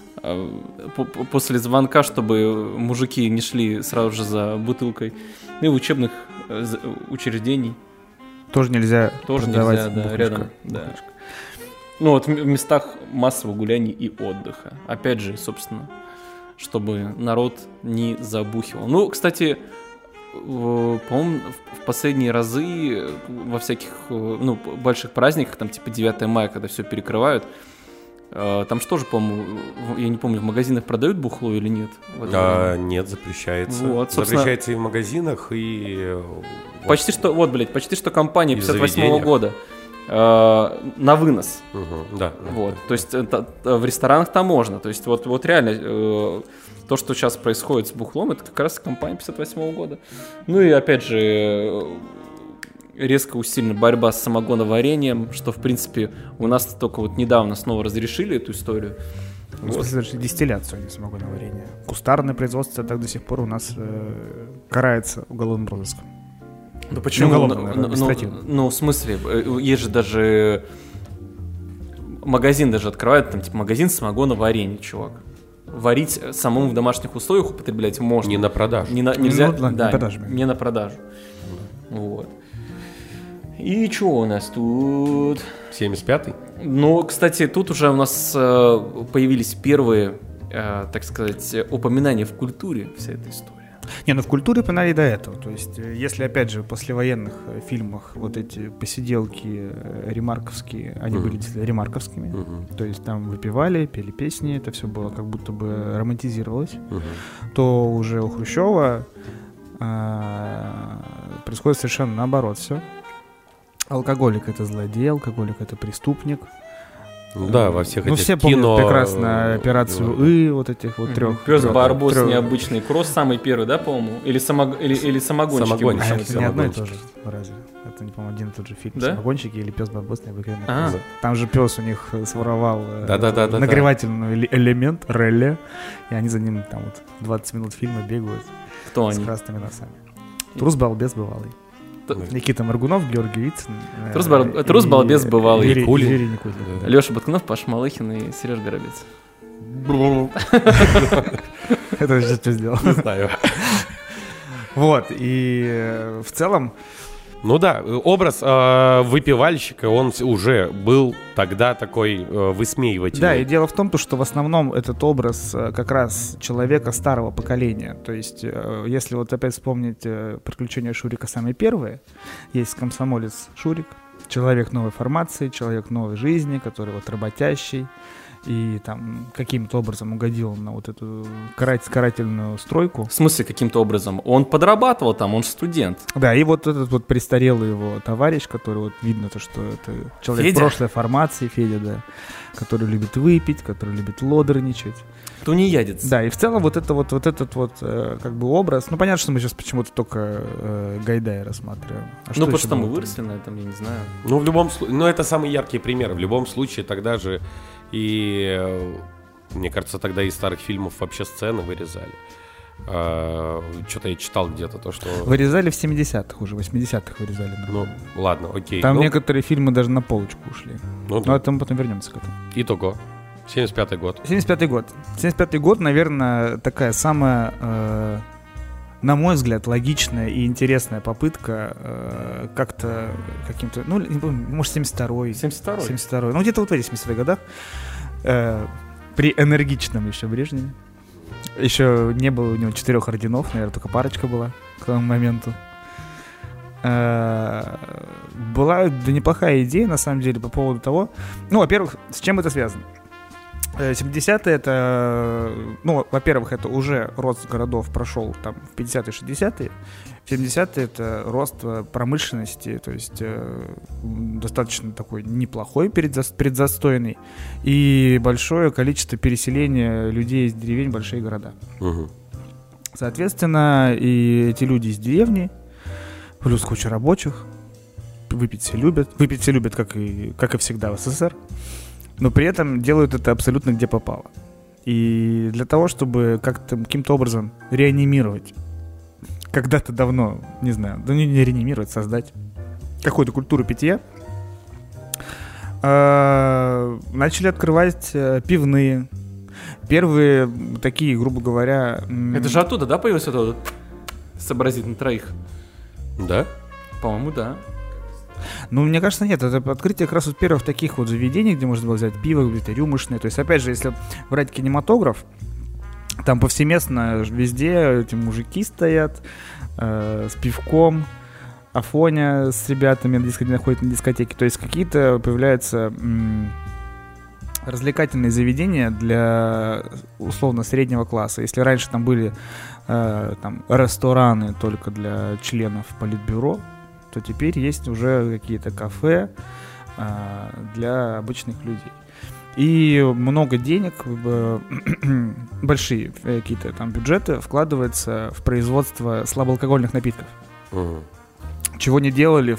звонка, чтобы мужики не шли сразу же за бутылкой. И в учебных учреждений. Тоже нельзя продавать да, рядом. Да. Ну вот в местах массового гуляния и отдыха. Опять же, собственно, чтобы народ не забухивал. Ну, кстати, по-моему, в последние разы во всяких больших праздниках, там типа 9 мая, когда все перекрывают, там что же, по-моему, я не помню, в магазинах продают бухло или нет? Нет, запрещается. Вот, запрещается и в магазинах, и... Почти что компания 58-го года. На вынос. Да. Вот, то есть в ресторанах-то можно. То есть вот реально то, что сейчас происходит с бухлом, это как раз компания 58-го года. Ну и опять же резко усилена борьба с самогоноварением, что в принципе у нас только вот недавно снова разрешили эту историю. В смысле, даже дистилляцию, а не самогоноварение. Кустарное производство так до сих пор у нас карается уголовным розыском. Ну почему? Ну, в смысле, есть же даже магазин даже открывают, там типа магазин самогоноварения, чувак. Варить самому в домашних условиях употреблять можно. Не на продажу. Нельзя, не на продажу. Вот. И что у нас тут? 75-й? Ну, кстати, тут уже у нас появились первые, так сказать, упоминания в культуре вся эта история. Не, ну в культуре упоминали до этого. То есть, если, опять же, в послевоенных фильмах вот эти посиделки ремарковские, они были действительно ремарковскими. То есть там выпивали, пели песни, это все было как будто бы романтизировалось. То уже у Хрущева происходит совершенно наоборот все. Алкоголик — это злодей, алкоголик — это преступник. Да, во всех этих все кино... помнят прекрасно операцию вот этих вот трех. Пес Барбос, необычный кросс, самый первый, да, по-моему? Или самогонщики. Это не одно и то же, разве? Это, по-моему, один и тот же фильм. Да? Самогонщики или пес Барбос, необыкновенный кросс. Там же пес у них своровал нагревательный элемент, реле, и они за ним там вот 20 минут фильма бегают. Кто они? С красными носами. Трус-балбес бывалый. Никита Моргунов, Георгий Вицин. Трус-балбес бывалый. Юрий Никулин. Леша Баткунов, Паш Малыхин и Сереж Горобец. Это же что сделал? Не знаю. Вот, и в целом... Ну да, образ выпивальщика, он уже был тогда такой высмеивательный. Да, и дело в том, что в основном этот образ как раз человека старого поколения. То есть, если вот опять вспомнить «Приключения Шурика» самые первые, есть комсомолец Шурик, человек новой формации, человек новой жизни, который вот работящий, и там каким-то образом угодил на вот эту карательную стройку. В смысле каким-то образом? Он подрабатывал там, он студент. Да, и вот этот вот престарелый его товарищ, который вот видно то, что это человек прошлой формации, Федя, да, который любит выпить, который любит лодерничать. Тунеядец. Да, и в целом вот этот как бы образ, ну понятно, что мы сейчас почему-то только Гайдая рассматриваем. Ну потому что мы выросли на этом, я не знаю. Ну в любом случае, ну это самый яркий пример. В любом случае тогда же и, мне кажется, тогда из старых фильмов вообще сцены вырезали. Что-то я читал где-то то, что... Вырезали в 70-х уже, 80-х вырезали. Ну, ладно, окей. Там некоторые фильмы даже на полочку ушли. Ну, но это мы потом вернемся к этому. Итого. 75-й год. 75-й год. 75-й год, наверное, такая самая, на мой взгляд, логичная и интересная попытка как-то каким-то, ну, не помню, может, 72-й. 72-й. Ну, где-то вот в этих 70-х годах, при энергичном еще Брежневе. Еще не было у него 4 орденов, наверное, только парочка была к тому моменту. Была неплохая идея, на самом деле, по поводу того... Ну, во-первых, с чем это связано? 70-е это, ну, во-первых, это уже рост городов прошел там в 50-е, 60-е. В 70-е это рост промышленности, то есть достаточно такой неплохой, предзастойный, и большое количество переселения людей из деревень в большие города. Соответственно, и эти люди из деревни, плюс куча рабочих, выпить все любят, как и всегда в СССР. Но при этом делают это абсолютно где попало. И для того, чтобы как-то каким-то образом реанимировать, когда-то давно, не знаю, да не реанимировать, создать какую-то культуру питья, начали открывать пивные. Первые такие, грубо говоря... Это же оттуда, да, появился этот сообразить на троих? Да? По-моему, да. Ну, мне кажется, нет. Это открытие как раз вот первых таких вот заведений, где можно было взять пиво, где-то рюмочные. То есть, опять же, если брать кинематограф, там повсеместно везде эти мужики стоят с пивком, Афоня с ребятами находят на дискотеке. То есть, какие-то появляются развлекательные заведения для условно среднего класса. Если раньше там были там рестораны только для членов политбюро, то теперь есть уже какие-то кафе для обычных людей. И много денег, большие какие-то там бюджеты вкладывается в производство слабоалкогольных напитков. Чего не делали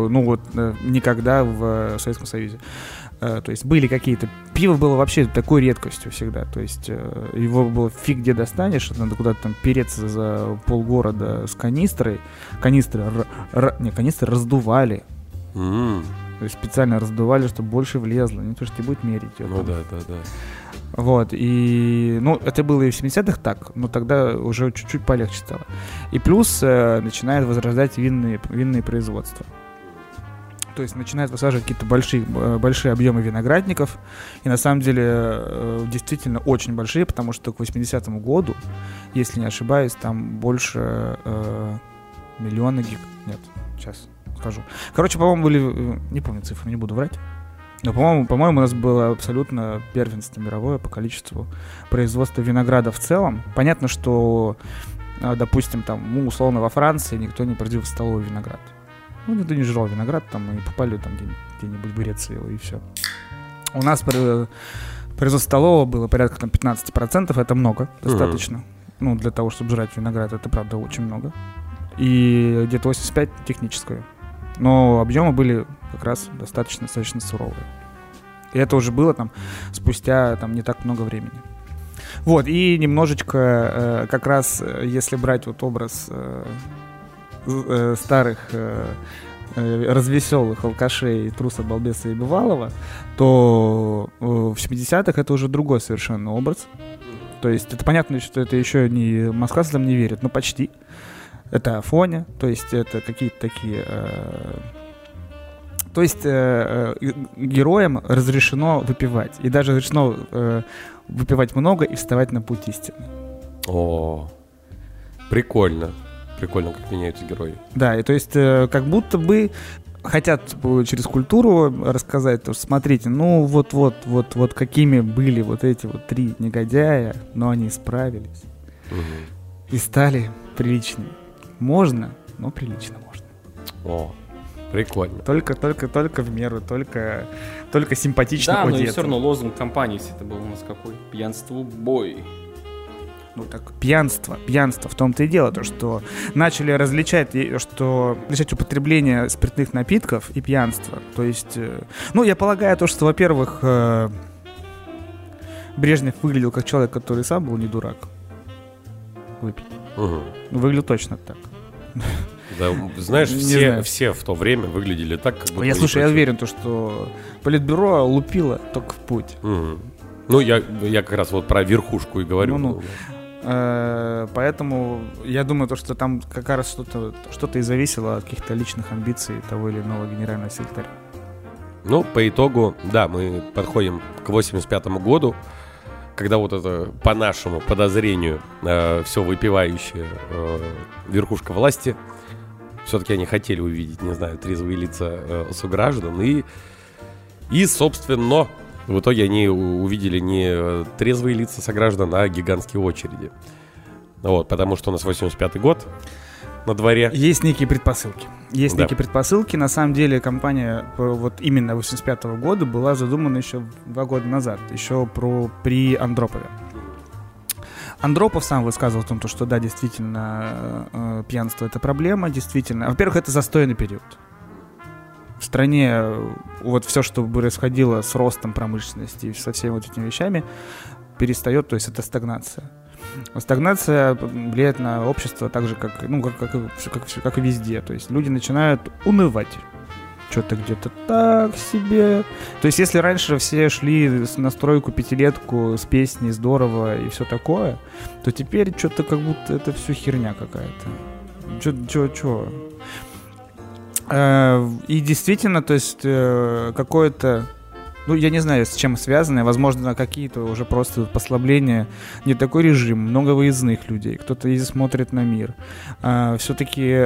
никогда в Советском Союзе. То есть были какие-то... Пиво было вообще такой редкостью всегда. То есть его было фиг где достанешь. Надо куда-то там переться за полгорода с канистрой. Канистры раздували. То есть специально раздували, чтобы больше влезло. Не то, что тебе будет мерить. Ну да. Вот. И, это было и в 70-х так, но тогда уже чуть-чуть полегче стало. И плюс начинают возрождать винные производства. То есть начинают высаживать какие-то большие объемы виноградников. И на самом деле действительно очень большие, потому что к 80-му году, если не ошибаюсь, там больше миллиона гектаров. Нет, сейчас скажу. Короче, по-моему, были... Не помню цифры, не буду врать. Но, по-моему, у нас было абсолютно первенство мировое по количеству производства винограда в целом. Понятно, что, допустим, там, условно, во Франции никто не производил столовый виноград. Никто не жрал виноград, там, и попали там где-нибудь в Грецию, и все. У нас производство столового было порядка там 15%, это много, достаточно. Для того, чтобы жрать виноград, это, правда, очень много. И где-то 85% техническое. Но объемы были как раз достаточно суровые. И это уже было там спустя там не так много времени. Вот, и немножечко как раз, если брать вот образ старых развеселых алкашей, труса, балбеса и бывалого, то в 70-х это уже другой совершенно образ. То есть это понятно, что это еще не Москва слезам не верит, но почти. Это Афоня, то есть это какие-то такие... То есть героям разрешено выпивать. И даже разрешено выпивать много и вставать на путь истины. О, прикольно. Прикольно, как меняются герои. Да, и то есть как будто бы хотят через культуру рассказать, то, что смотрите, вот какими были вот эти вот 3 негодяя, но они справились и стали приличными. Можно, но прилично можно. О, прикольно. Только в меру, только симпатично да, одеться. но и все равно лозунг компании, если это был у нас какой? Пьянству бой. Так пьянство в том-то и дело, то, что начали различать употребление спиртных напитков и пьянство. То есть, я полагаю, то, что, во-первых, Брежнев выглядел как человек, который сам был не дурак выпить. Выглядел точно так. Да, знаешь, все в то время выглядели так, как будто... Я уверен, что Политбюро лупило только в путь. Я как раз вот про верхушку и говорю. Поэтому я думаю, что там как раз что-то и зависело от каких-то личных амбиций того или иного генерального секретаря. По итогу, да, мы подходим к 85-му году, когда вот это, по нашему подозрению, все выпивающая верхушка власти, все-таки они хотели увидеть, не знаю, трезвые лица сограждан, и собственно, В итоге они увидели не трезвые лица сограждан, а гигантские очереди. Вот, потому что у нас 85-й год на дворе. Есть некие предпосылки. Да. Некие предпосылки. На самом деле компания вот именно 85-го года была задумана еще 2 года назад, еще при Андропове. Андропов сам высказывал о том, что да, действительно, пьянство — это проблема, действительно. Во-первых, это застойный период. В стране вот все, что происходило с ростом промышленности и со всеми вот этими вещами, перестает, то есть это стагнация. Стагнация влияет на общество так же, как и везде. То есть люди начинают унывать. Что-то где-то так себе. То есть если раньше все шли на стройку 5-летку с песней «Здорово» и все такое, то теперь что-то как будто это все херня какая-то. Чё? И действительно, то есть какое-то... Ну, я не знаю, с чем связано. Возможно, какие-то уже просто послабления. Не такой режим, много выездных людей. Кто-то смотрит на мир. Все-таки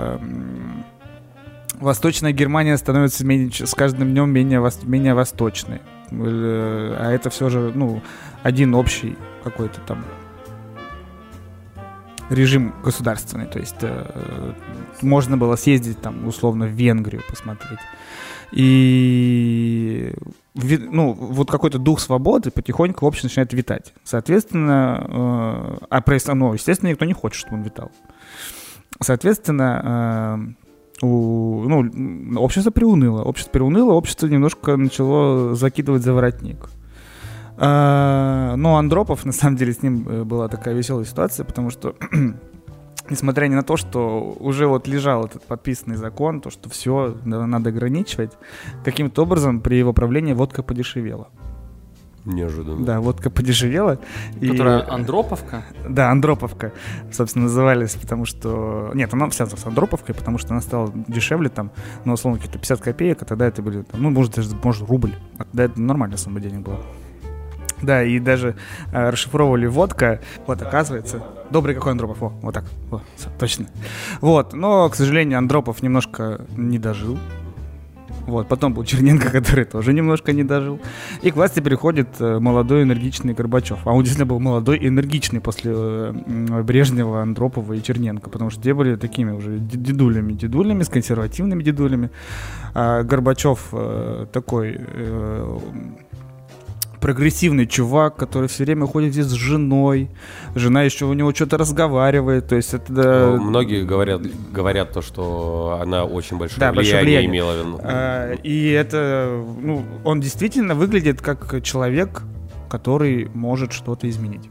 Восточная Германия становится с каждым днем менее восточной. А это все же, один общий какой-то там режим государственный. То есть можно было съездить там, условно, в Венгрию посмотреть. И вот какой-то дух свободы потихоньку в обществе начинает витать. Соответственно, естественно, никто не хочет, чтобы он витал. Соответственно, общество приуныло. Общество немножко начало закидывать за воротник. Но Андропов, на самом деле, с ним была такая веселая ситуация, потому что несмотря ни на то, что уже вот лежал этот подписанный закон, то, что все надо ограничивать, каким-то образом при его правлении водка подешевела. Неожиданно. Да, водка подешевела. Которая Андроповка? Да, Андроповка, собственно, назывались, потому что... Нет, она связана с Андроповкой, потому что она стала дешевле, там, условно, какие-то 50 копеек, а тогда это были, может, рубль. А тогда это нормальная сумма денег была. Да, и даже расшифровывали водка. Вот, оказывается. Добрый какой Андропов. Вот так. Точно. Вот. Но, к сожалению, Андропов немножко не дожил. Вот. Потом был Черненко, который тоже немножко не дожил. И к власти переходит молодой энергичный Горбачев. А он действительно был молодой и энергичный после Брежнева, Андропова и Черненко. Потому что те были такими уже дедулями, с консервативными дедулями. А Горбачев такой... прогрессивный чувак, который все время ходит здесь с женой. Жена еще у него что-то разговаривает. То есть это... Многие говорят то, что она очень большое влияние имела. И это... он действительно выглядит как человек, который может что-то изменить.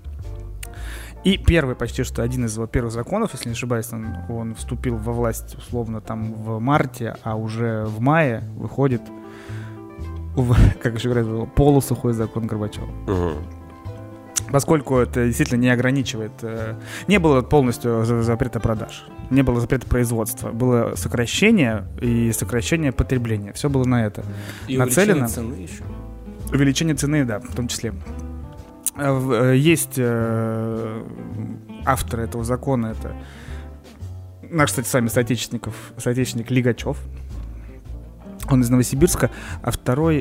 И почти что один из его первых законов, если не ошибаюсь, он вступил во власть условно там в марте, а уже в мае выходит, как еще говорят, полусухой закон Горбачева. Угу. Поскольку это действительно не ограничивает... Не было полностью запрета продаж, не было запрета производства. Было сокращение и сокращение потребления. Все было на это и нацелено. Увеличение цены еще. Увеличение цены, да, в том числе. Есть авторы этого закона. Это наш, кстати, с вами соотечественник Лигачев. Он из Новосибирска, а второй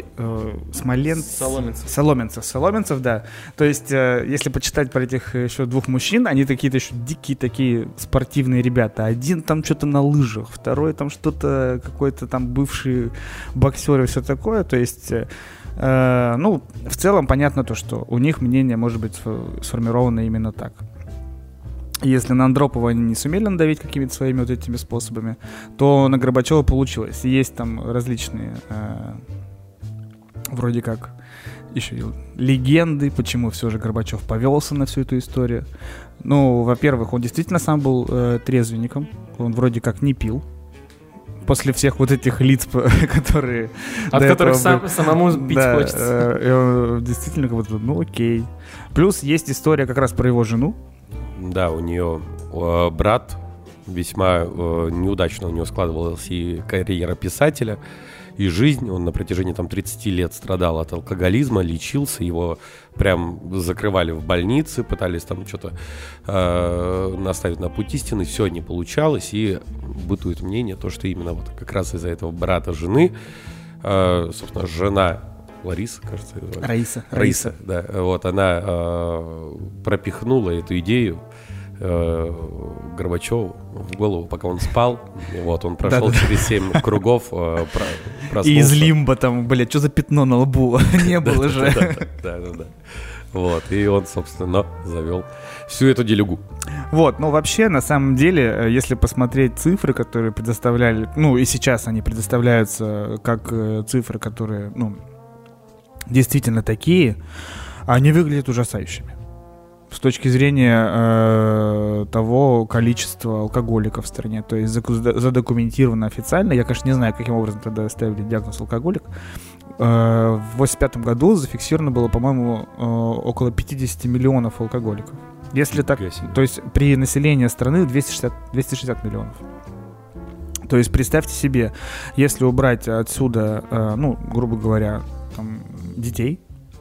Соломенцев, да. То есть, если почитать про этих еще двух мужчин, они какие-то еще дикие такие спортивные ребята. Один там что-то на лыжах, второй там что-то, какой-то там бывший боксер и все такое. То есть, в целом понятно то, что у них мнение может быть сформировано именно так. Если на Андропова они не сумели надавить какими-то своими вот этими способами, то на Горбачева получилось. И есть там различные вроде как еще и легенды, почему все же Горбачев повелся на всю эту историю. Во-первых, он действительно сам был трезвенником. Он вроде как не пил. После всех вот этих лиц, которые... От которых самому пить хочется. Действительно, как будто, окей. Плюс есть история как раз про его жену. Да, у нее брат весьма неудачно у него складывалась и карьера писателя, и жизнь. Он на протяжении 30 лет страдал от алкоголизма, лечился, его прям закрывали в больнице, пытались что-то наставить на путь истины, все не получалось, и бытует мнение, то, что именно вот как раз из-за этого брата жены, собственно, жена Лариса, кажется, ее звали. Раиса. Да. Вот она пропихнула эту идею Горбачеву в голову, пока он спал. Вот, он прошел через 7 кругов, проснулся. И из лимба там, блядь, что за пятно на лбу? Не было же. Да. Вот, и он, собственно, завел всю эту делюгу. Вот, но вообще, на самом деле, если посмотреть цифры, которые предоставляли, ну, и сейчас они предоставляются как цифры, которые, ну, действительно такие, они выглядят ужасающими. С точки зрения того количества алкоголиков в стране, то есть задокументировано официально, я, конечно, не знаю, каким образом тогда ставили диагноз алкоголик, в 1985 году зафиксировано было, по-моему, около 50 миллионов алкоголиков. Если так, то есть при населении страны 260 миллионов. То есть представьте себе, если убрать отсюда, ну, грубо говоря, там, детей,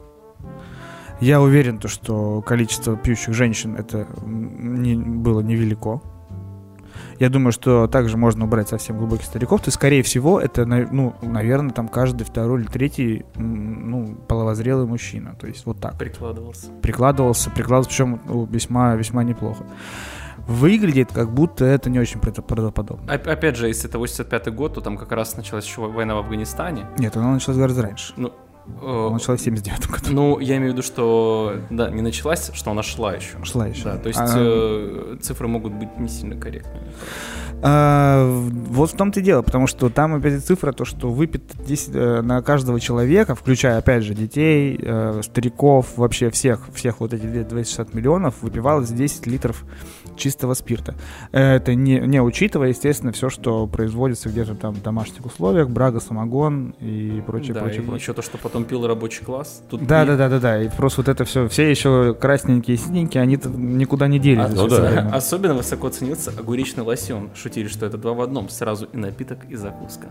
я уверен, что количество пьющих женщин это было невелико. Я думаю, что также можно убрать совсем глубоких стариков. То есть, скорее всего, это, ну, наверное, там каждый второй или третий, ну, половозрелый мужчина. То есть вот так. Прикладывался, причем весьма, весьма неплохо. Выглядит, как будто это не очень правдоподобно. Опять же, если это 85-й год, то там как раз началась еще война в Афганистане. Нет, она началась гораздо раньше. Ну, она началась в 79-м году. Ну, я имею в виду, что, да, не началась, что она шла еще. Да, то есть цифры могут быть не сильно корректными. Вот в том-то и дело, потому что там опять цифра, то, что выпито 10 на каждого человека, включая, опять же, детей, стариков, вообще всех вот эти 260 миллионов, выпивалось 10 литров чистого спирта. Это не учитывая, естественно, все, что производится где-то там в домашних условиях, брага, самогон и прочее. Еще то, что потом пил рабочий класс. Да. И просто вот это все еще красненькие и синенькие, они никуда не делись. Особенно высоко ценился огуречный лосьон. Шутили, что это 2 в 1, сразу и напиток, и закуска.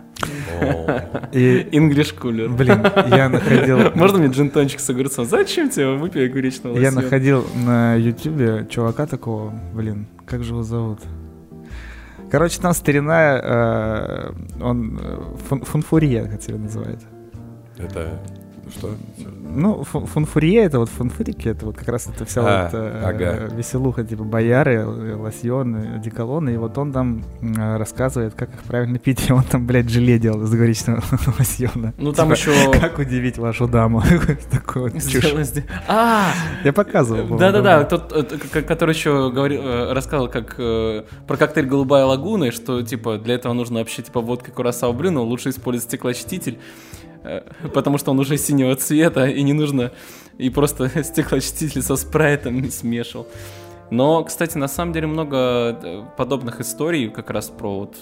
English Cooler. Блин, я находил... Можно мне джин-тончик с огурцом? Зачем тебе выпей огуречный лосьон? Я находил на ютубе чувака такого, блин, как же его зовут? Короче, там старина, он фунфурье, как тебя называют. Это что? Ну, фунфурье, это вот фунфурики, это вот как раз это вся веселуха, типа бояры, лосьоны, одеколоны, и вот он там рассказывает, как их правильно пить, и он там, блядь, желе делал из огуречного лосьона. Ну, там типа, еще... Как удивить вашу даму. Такой вот чушь. Я показывал. Да-да-да, тот, который еще рассказывал, как про коктейль «Голубая лагуна», и что, типа, для этого нужно вообще, типа, водка Курасао Блю, но лучше использовать стеклоочиститель, потому что он уже синего цвета, и не нужно, и просто стеклоочиститель со спрайтом смешивал. Но, кстати, на самом деле много подобных историй, как раз про вот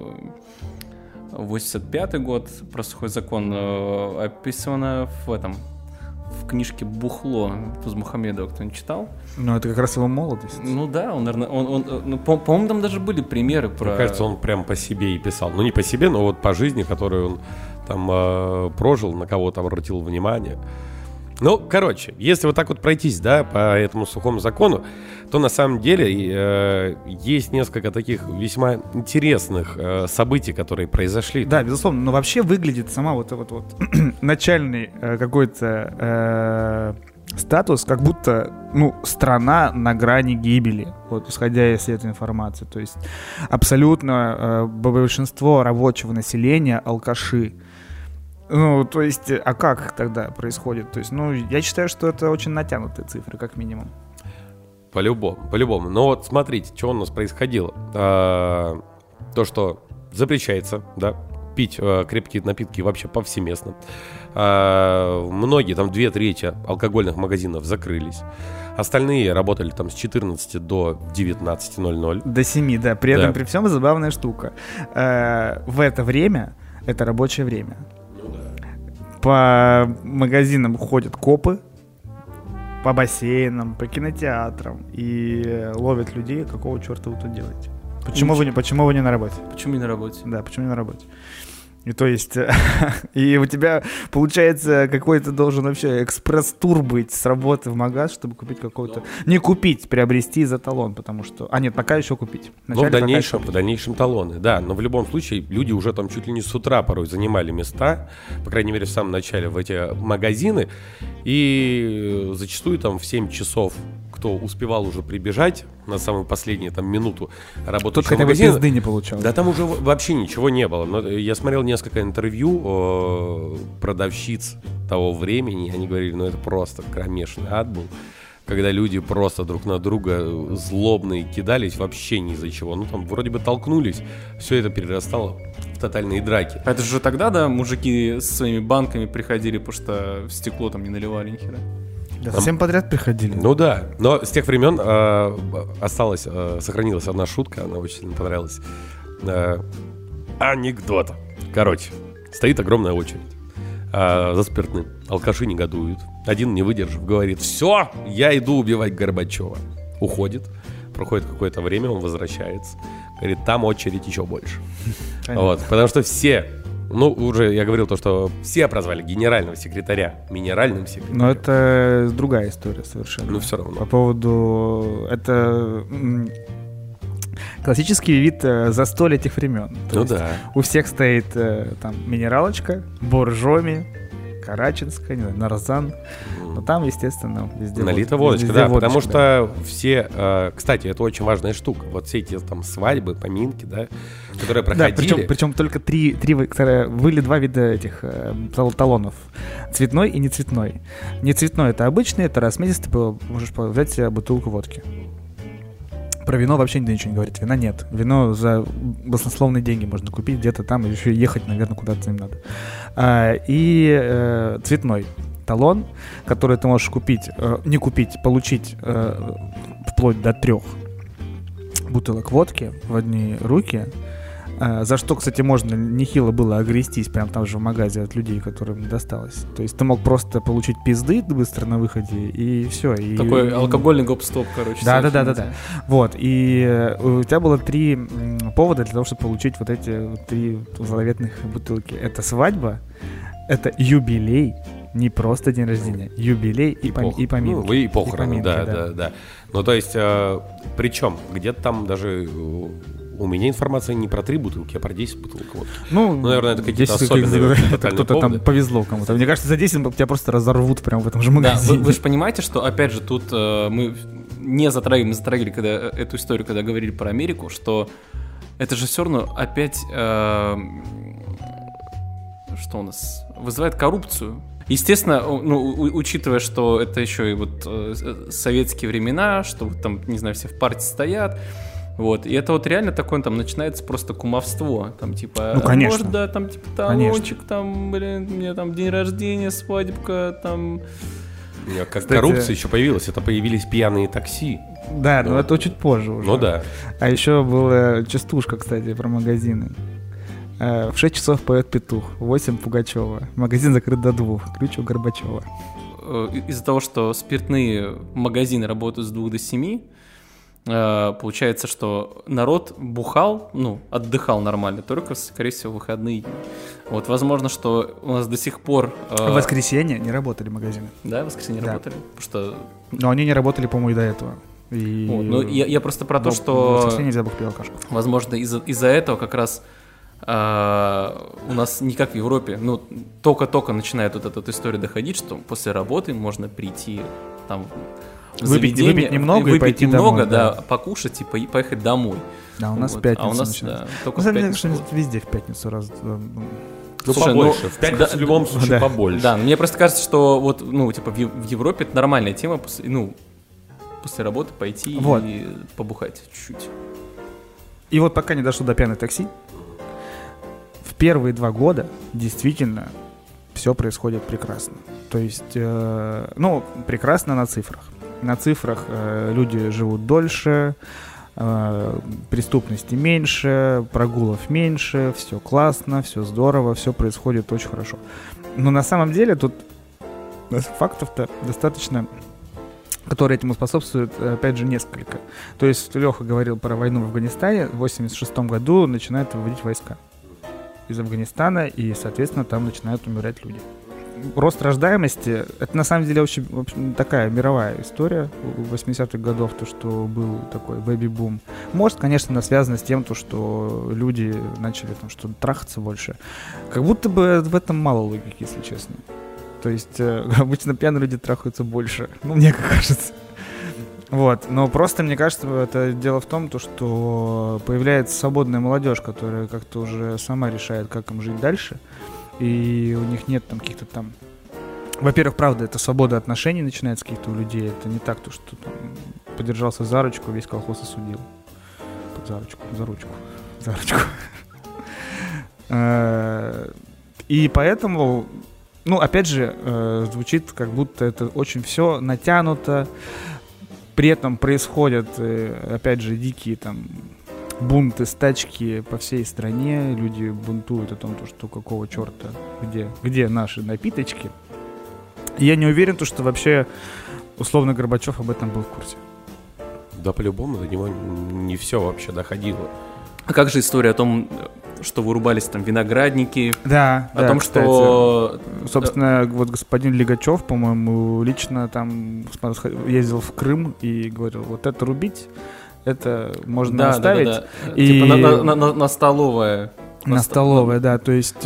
85-й год, про сухой закон, описано в книжке «Бухло» Тузмухамедова. Кто-нибудь читал? Ну, это как раз его молодость. Ну да, он, наверное, по-моему, там даже были примеры про... Мне кажется, он прям по себе и писал. Ну, не по себе, но вот по жизни, которую он там прожил, на кого-то обратил внимание. Ну, короче, если вот так вот пройтись, да, по этому сухому закону, то на самом деле есть несколько таких весьма интересных событий, которые произошли. Да, безусловно, но вообще выглядит сама вот начальный какой-то статус, как будто, ну, страна на грани гибели, вот, исходя из этой информации. То есть абсолютно большинство рабочего населения алкаши. Ну, то есть, а как тогда происходит? То есть, ну, я считаю, что это очень натянутые цифры, как минимум. По-любому. Но вот смотрите, что у нас происходило. То, что запрещается, да, пить крепкие напитки вообще повсеместно. Многие, там 2/3 алкогольных магазинов закрылись. Остальные работали там с 14 до 19:00. До 7, да. При этом, при всем, забавная штука. В это время, это рабочее время. По магазинам ходят копы, по бассейнам, по кинотеатрам и ловят людей. Какого черта вы тут делаете? Почему вы не на работе? Почему не на работе? Да, почему не на работе? И то есть, и у тебя, получается, какой-то должен вообще экспресс-тур быть с работы в магаз, чтобы купить какой-то... Не купить, приобрести за талон, потому что... А нет, пока еще купить. Ну, в дальнейшем талоны, да. Но в любом случае люди уже там чуть ли не с утра порой занимали места, по крайней мере, в самом начале, в эти магазины. И зачастую там в 7 часов кто успевал уже прибежать на самую последнюю там минуту работы. Тут хотя бы пизды не получал. Да там уже вообще ничего не было. Но я смотрел несколько интервью продавщиц того времени, и они говорили, ну это просто кромешный ад был, когда люди просто друг на друга злобные кидались вообще ни из-за чего. Ну там вроде бы толкнулись, все это перерастало в тотальные драки. А это же тогда, да, мужики с своими банками приходили, потому что в стекло там не наливали ни хера. Да, всем подряд приходили. Ну да, но с тех времен сохранилась одна шутка, она очень сильно понравилась. Анекдот. Короче, стоит огромная очередь за спиртным. Алкаши негодуют. Один, не выдержав, говорит: все, я иду убивать Горбачева. Уходит. Проходит какое-то время, он возвращается. Говорит, там очередь еще больше. Вот, потому что все... Ну, уже я говорил то, что все прозвали генерального секретаря минеральным секретарем. Но это другая история совершенно. Ну, все равно. По поводу... Это классический вид застолья этих времен. То есть да. У всех стоит там минералочка, боржоми, карачинская, не знаю, нарзан. Но там, естественно, везде налита водочка, да, водочка, потому что все... Кстати, это очень важная штука. Вот все эти там свадьбы, поминки, да, которые проходили... Да, причем только были два вида этих талонов. Цветной и нецветной. Нецветной — это обычный, это размесистый, можешь взять себе бутылку водки. Про вино вообще ничего не говорит. Вина нет. Вино за баснословные деньги можно купить где-то там, и еще ехать, наверное, куда-то им надо. И цветной талон, который ты можешь купить, не купить, получить вплоть до 3 бутылок водки в одни руки. За что, кстати, можно нехило было огрестись прям там же в магазе от людей, которым досталось. То есть ты мог просто получить пизды быстро на выходе, и все. Такой алкогольный гоп-стоп, короче. Да. Вот, и у тебя было 3 повода для того, чтобы получить вот эти 3 заветных бутылки. Это свадьба, это юбилей, не просто день рождения, юбилей и поминки. Ну, и похороны, да. Ну, то есть, причем, где-то там даже... У меня информация не про 3 бутылки, а про 10 бутылок. Вот. Ну, наверное, это какие-то особенные кто-то поводы. там повезло кому-то. Мне кажется, за 10 тебя просто разорвут прямо в этом же магазине. Да, вы же понимаете, что, опять же, тут мы не затрагивали эту историю, когда говорили про Америку, что это же все равно опять, что у нас, вызывает коррупцию. Естественно, ну, учитывая, что это еще и вот советские времена, что вот там, не знаю, все в партии стоят. Вот, и это вот реально такое, там, начинается просто кумовство, там, типа, ну, конечно. может, да, там, типа, талончик, там, блин, у меня там день рождения, свадебка, там... Как кстати, коррупция еще появилась, это появились пьяные такси. Да, но это чуть позже уже. Ну да. А еще была частушка, кстати, про магазины. В 6 часов поет петух, в 8 Пугачева. Магазин закрыт до 2, ключ у Горбачева. Из-за того, что спиртные магазины работают с 2 до 7, получается, что народ бухал, ну, отдыхал нормально, только, скорее всего, в выходные дни. Вот, возможно, что у нас до сих пор... В воскресенье не работали магазины. Да, в воскресенье работали? Потому что... Но они не работали, по-моему, и до этого. И... Вот, ну, я просто про то, что... В воскресенье нельзя было пить алкашку. Возможно, из-за этого как раз у нас не как в Европе, ну, только-только начинает вот эта история доходить, что после работы можно прийти там... Выпить немного и пойти домой, да, покушать и поехать домой. Да, у нас вот. в пятницу. А у нас, начинается. да, только в пятницу. Что везде в пятницу раз. Ну, слушай, побольше. В пятницу в любом случае побольше. Да, мне просто кажется, что вот, ну, типа в Европе это нормальная тема, после работы пойти вот. И побухать чуть-чуть. И вот пока не дошло до пьяной такси, в первые 2 года действительно все происходит прекрасно. То есть, прекрасно на цифрах. На цифрах люди живут дольше, преступности меньше, прогулов меньше, все классно, все здорово, все происходит очень хорошо. Но на самом деле тут фактов-то достаточно, которые этому способствуют, опять же, несколько. То есть Леха говорил про войну в Афганистане, в 1986 году начинают выводить войска. из Афганистана, и, соответственно, там начинают умирать люди. Рост рождаемости, это на самом деле очень, в общем, такая мировая история 80-х годов, то, что был такой бэби-бум. Может, конечно, связано с тем, то, что люди начали там что-то трахаться больше. Как будто бы в этом мало логики, если честно. То есть обычно пьяные люди трахаются больше, ну, мне кажется. Вот, но просто, мне кажется, это дело в том, то, что появляется свободная молодежь, которая как-то уже сама решает, как им жить дальше. И у них нет там каких-то там... Во-первых, правда, это свобода отношений начинается каких-то у людей. Это не так, то, что там подержался за ручку, весь колхоз осудил. За ручку. И поэтому, ну, опять же, звучит, как будто это очень все натянуто. При этом происходят, опять же, дикие там... бунты, стачки по всей стране, люди бунтуют о том, что какого черта, где наши напиточки. И я не уверен, что вообще условно Горбачев об этом был в курсе. Да, по-любому до него не все вообще доходило. А как же история о том, что вырубались там виноградники? Да, о том, кстати, что... Собственно, вот господин Лигачев, по-моему, лично там ездил в Крым и говорил, вот это рубить, это можно оставить. Да. И... Типа на столовое. На столовое, да, то есть...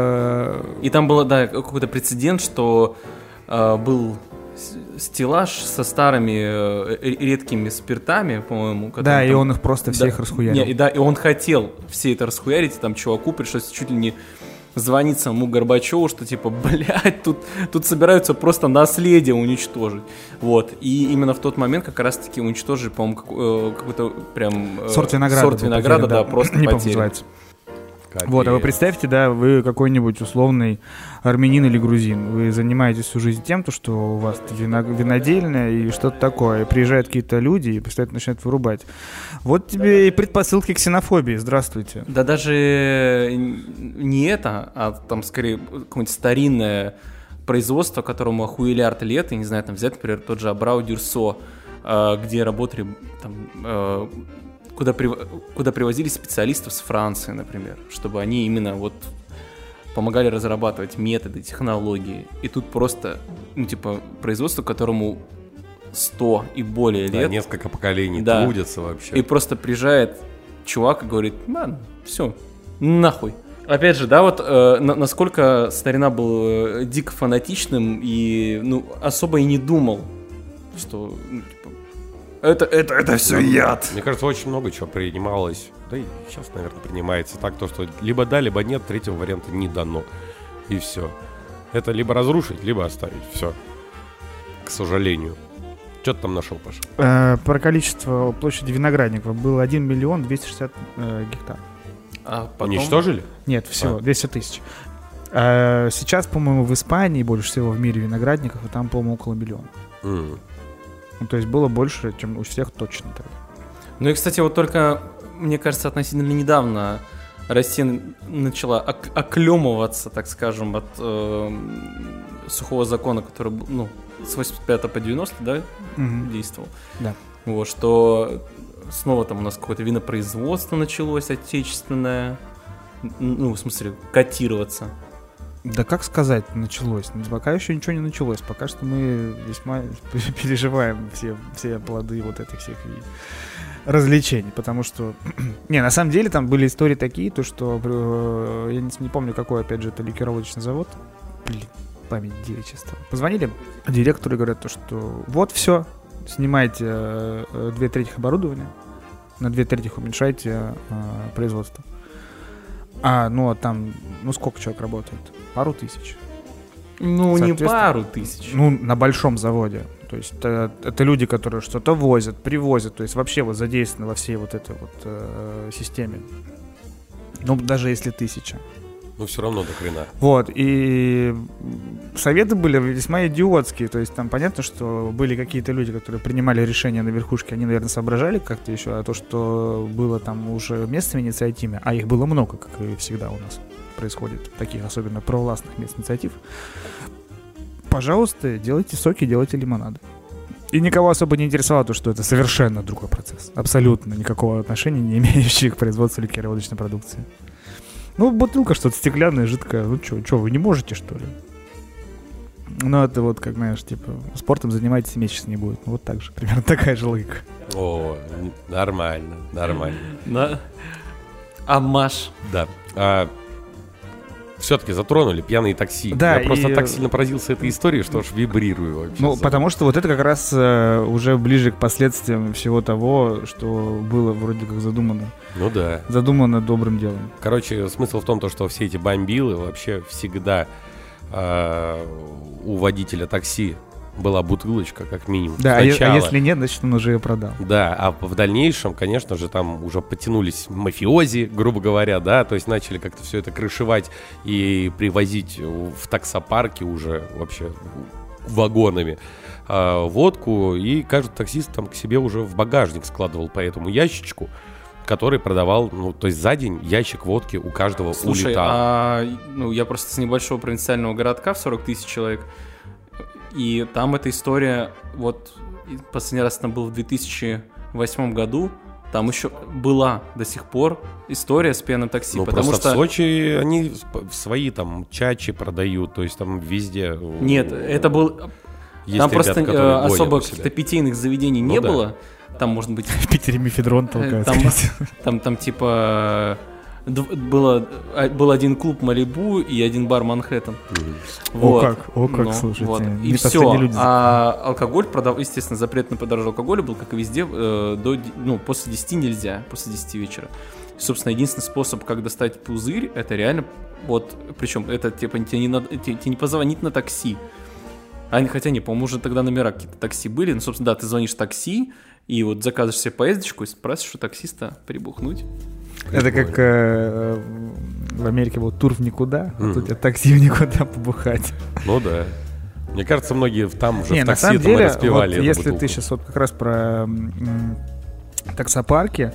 И там был, да, какой-то прецедент, что был стеллаж со старыми редкими спиртами, по-моему. Да, там, и он их просто всех расхуярил. И он хотел все это расхуярить, и там чуваку пришлось чуть ли не звонить самому Горбачеву, что типа, блядь, тут собираются просто наследие уничтожить. Вот. И именно в тот момент как раз-таки уничтожили, по-моему, какой-то прям... Сорт винограда, да, просто не потеря. называется. Вот, а вы представьте, да, вы какой-нибудь условный армянин или грузин, вы занимаетесь всю жизнь тем, что у вас винодельня и что-то такое, и приезжают какие-то люди и постоянно начинают вырубать. Вот тебе и предпосылки ксенофобии, здравствуйте. Да даже не это, а там скорее какое-нибудь старинное производство, которому охуелярд лет, я не знаю, там взять, например, тот же Абрау Дюрсо, где работали там... Куда привозили специалистов с Франции, например, чтобы они именно вот помогали разрабатывать методы, технологии. И тут просто, ну, типа, производство, которому 100 и более лет. Да, несколько поколений трудятся вообще. И просто приезжает чувак и говорит, все, нахуй. Опять же, да, вот насколько старина был дико фанатичным и, ну, особо и не думал, что, ну, типа, это все яд. Мне кажется, очень много чего принималось. Да и сейчас, наверное, принимается так, то, что либо да, либо нет, третьего варианта не дано. И все. Это либо разрушить, либо оставить. Все. К сожалению. Что ты там нашел, Паша? Про количество площади виноградников было 1 миллион 260 гектар. А потом... Уничтожили? Нет, всего, 200 тысяч. Сейчас, по-моему, в Испании больше всего в мире виноградников, и там, по-моему, около миллиона. Ну, то есть было больше, чем у всех точно тогда. Ну и, кстати, вот только, мне кажется, относительно недавно Россия начала оклемываться, так скажем, от сухого закона, который был, ну, с 85 по 90, да, действовал. Да. Вот, что снова там у нас какое-то винопроизводство началось отечественное, ну, в смысле, котироваться. Да как сказать, началось? Пока еще ничего не началось. Пока что мы весьма переживаем все плоды вот этих всех развлечений. Потому что... Не, на самом деле там были истории такие, то что... Я не помню, какой, опять же, это ликероводочный завод. Блин, память девичества. Позвонили директору и говорят то, что вот все, снимайте 2/3 оборудования, на 2/3 уменьшайте производство. Ну, а там, ну, сколько человек работает? Пару тысяч. Ну, не пару тысяч. Ну, на большом заводе. То есть это люди, которые что-то возят, привозят. То есть вообще вот задействованы во всей вот этой вот системе. Ну, даже если 1000. Ну, все равно до хрена. Вот, и советы были весьма идиотские. То есть там понятно, что были какие-то люди, которые принимали решения на верхушке. Они, наверное, соображали как-то еще. А то, что было там уже местными инициативами, а их было много, как и всегда у нас происходит, таких особенно провластных мест инициатив. Пожалуйста, делайте соки, делайте лимонады. И никого особо не интересовало то, что это совершенно другой процесс. Абсолютно никакого отношения не имеющий к производству ликероводочной продукции. Ну, бутылка что-то стеклянная, жидкая. Ну, что, вы не можете, что ли? Ну, это вот, как, знаешь, типа, спортом занимаетесь, месяц не будет. Вот так же, примерно такая же логика. О, нормально. Да. Амаш. Да. Все-таки затронули пьяные такси. Да, Я просто и- так сильно поразился этой историей, что аж вибрирую вообще. Ну, потому что вот это как раз уже ближе к последствиям всего того, что было вроде как задумано. Ну да. Задумано добрым делом. Короче, смысл в том, что все эти бомбилы вообще всегда у водителя такси была бутылочка, как минимум. Да, а Сначала. если нет, значит, он уже ее продал. Да, а в дальнейшем, конечно же, там уже подтянулись мафиози, грубо говоря, да, то есть начали как-то все это крышевать и привозить в таксопарки уже вообще вагонами водку, и каждый таксист там к себе уже в багажник складывал по этому ящичку, который продавал, ну, то есть за день ящик водки у каждого Слушай, улетал. я просто с небольшого провинциального городка в 40 тысяч человек, и там эта история, вот последний раз там был в 2008 году, там еще была до сих пор история с пьяным такси, Ну, потому просто что... в Сочи они свои там чачи продают, то есть там везде... Нет, это был... есть Там ребята, просто которые гонят особо у себя. каких-то питейных заведений Ну не да. было. Там, может быть, В Питере мефедрон толкают. там типа был один клуб Малибу и один бар Манхэттен. О как, слушайте, И не все. последние люди. А алкоголь естественно, запрет на продажу алкоголя был, как и везде, после 10 нельзя, после 10 вечера. И, собственно, единственный способ, как достать пузырь, это реально, причем это типа тебе не позвонить на такси. Хотя не, по-моему, уже тогда номера какие-то такси были. Ну, собственно, да, ты звонишь в такси, и вот заказываешь себе поездочку и спрашиваешь у таксиста прибухнуть. Это как в Америке был тур в никуда, а тут такси в никуда побухать. Ну да. Мне кажется, многие там уже Не, в на такси самом это мы деле, распевали вот эту если бутылку. ты сейчас вот как раз про таксопарки,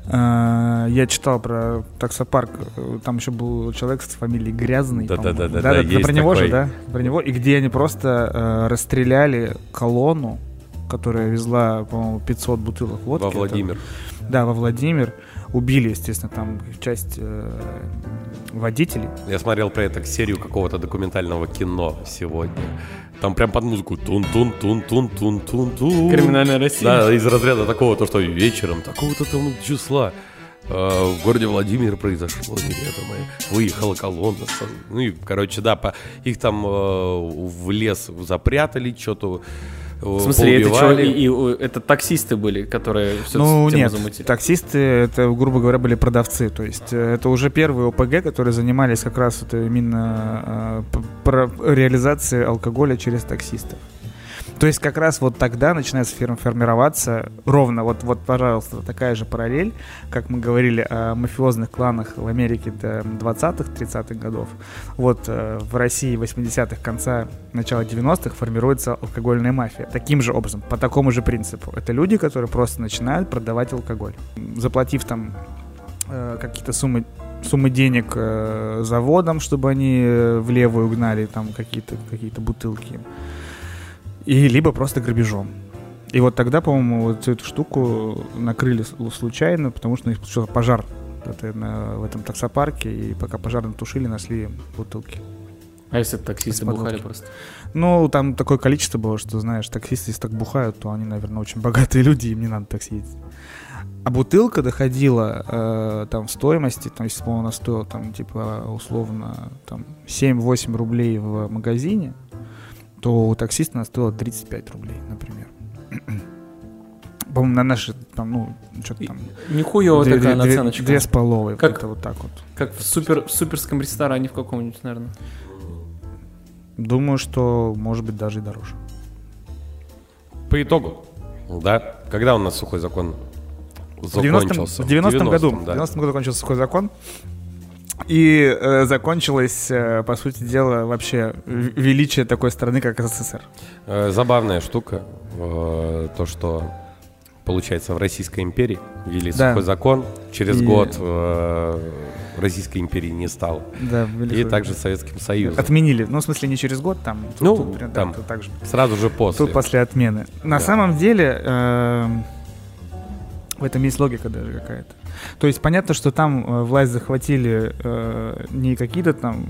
я читал про таксопарк, там еще был человек с фамилией Грязный. Да, по-моему. есть про него такой. же, да? Про него. И где они просто расстреляли колонну, которая везла, по-моему, 500 бутылок водки. Во Владимир. Да, во Владимир. Убили, естественно, там часть водителей. Я смотрел про это серию какого-то документального кино сегодня. Там прям под музыку тун-тун-тун-тун-тун-тун. Криминальная Россия. Да, из разряда такого, то что вечером такого-то там числа в городе Владимир произошло, ребята мои. Выехала колонна. Ну и, короче, да, их там в лес запрятали, что-то В смысле, поубивали. это таксисты были, которые всю Ну эту тему нет, замутили? таксисты, это, грубо говоря, были продавцы. То есть это уже первые ОПГ, которые занимались как раз вот именно реализацией алкоголя через таксистов. То есть как раз вот тогда начинает формироваться ровно, вот, пожалуйста, такая же параллель, как мы говорили о мафиозных кланах в Америке до 20-х, 30-х годов. Вот в России 80-х, конца, начала 90-х формируется алкогольная мафия. Таким же образом, по такому же принципу. Это люди, которые просто начинают продавать алкоголь. Заплатив там какие-то суммы денег заводам, чтобы они в левую гнали там какие-то бутылки. И либо просто грабежом. И вот тогда, по-моему, вот всю эту штуку накрыли случайно, потому что случился пожар в этом таксопарке, и пока пожар натушили, нашли бутылки. А если таксисты Из-под бухали водки. просто? Ну, там такое количество было, что, знаешь, таксисты, если так бухают, то они, наверное, очень богатые люди, им не надо такси ездить. А бутылка доходила там в стоимости, там, если, по-моему, она стоила там, типа, условно, там, 7-8 рублей в магазине, то у таксиста она стоила 35 рублей, например. По-моему, на наши, там, ну, что-то там... Нихуёво такая наценочка. 2,5, Как- это вот так вот. Как в суперском ресторане в каком-нибудь, наверное. Думаю, что, может быть, даже и дороже. По итогу, да, когда у нас сухой закон закончился? В 90-м году. да. В 90-м году кончился сухой закон. И закончилось, по сути дела, вообще величие такой страны, как СССР. Забавная штука, то, что, получается, в Российской империи ввели Да. сухой закон, через И- год Российской империи не стало. Да, И также Советским Союзом. отменили. Ну, в смысле, не через год, там. Ну, прям, там. так же. Сразу же после. Тут после отмены. На Да. самом деле, В этом есть логика даже какая-то. То есть понятно, что там власть захватили не какие-то там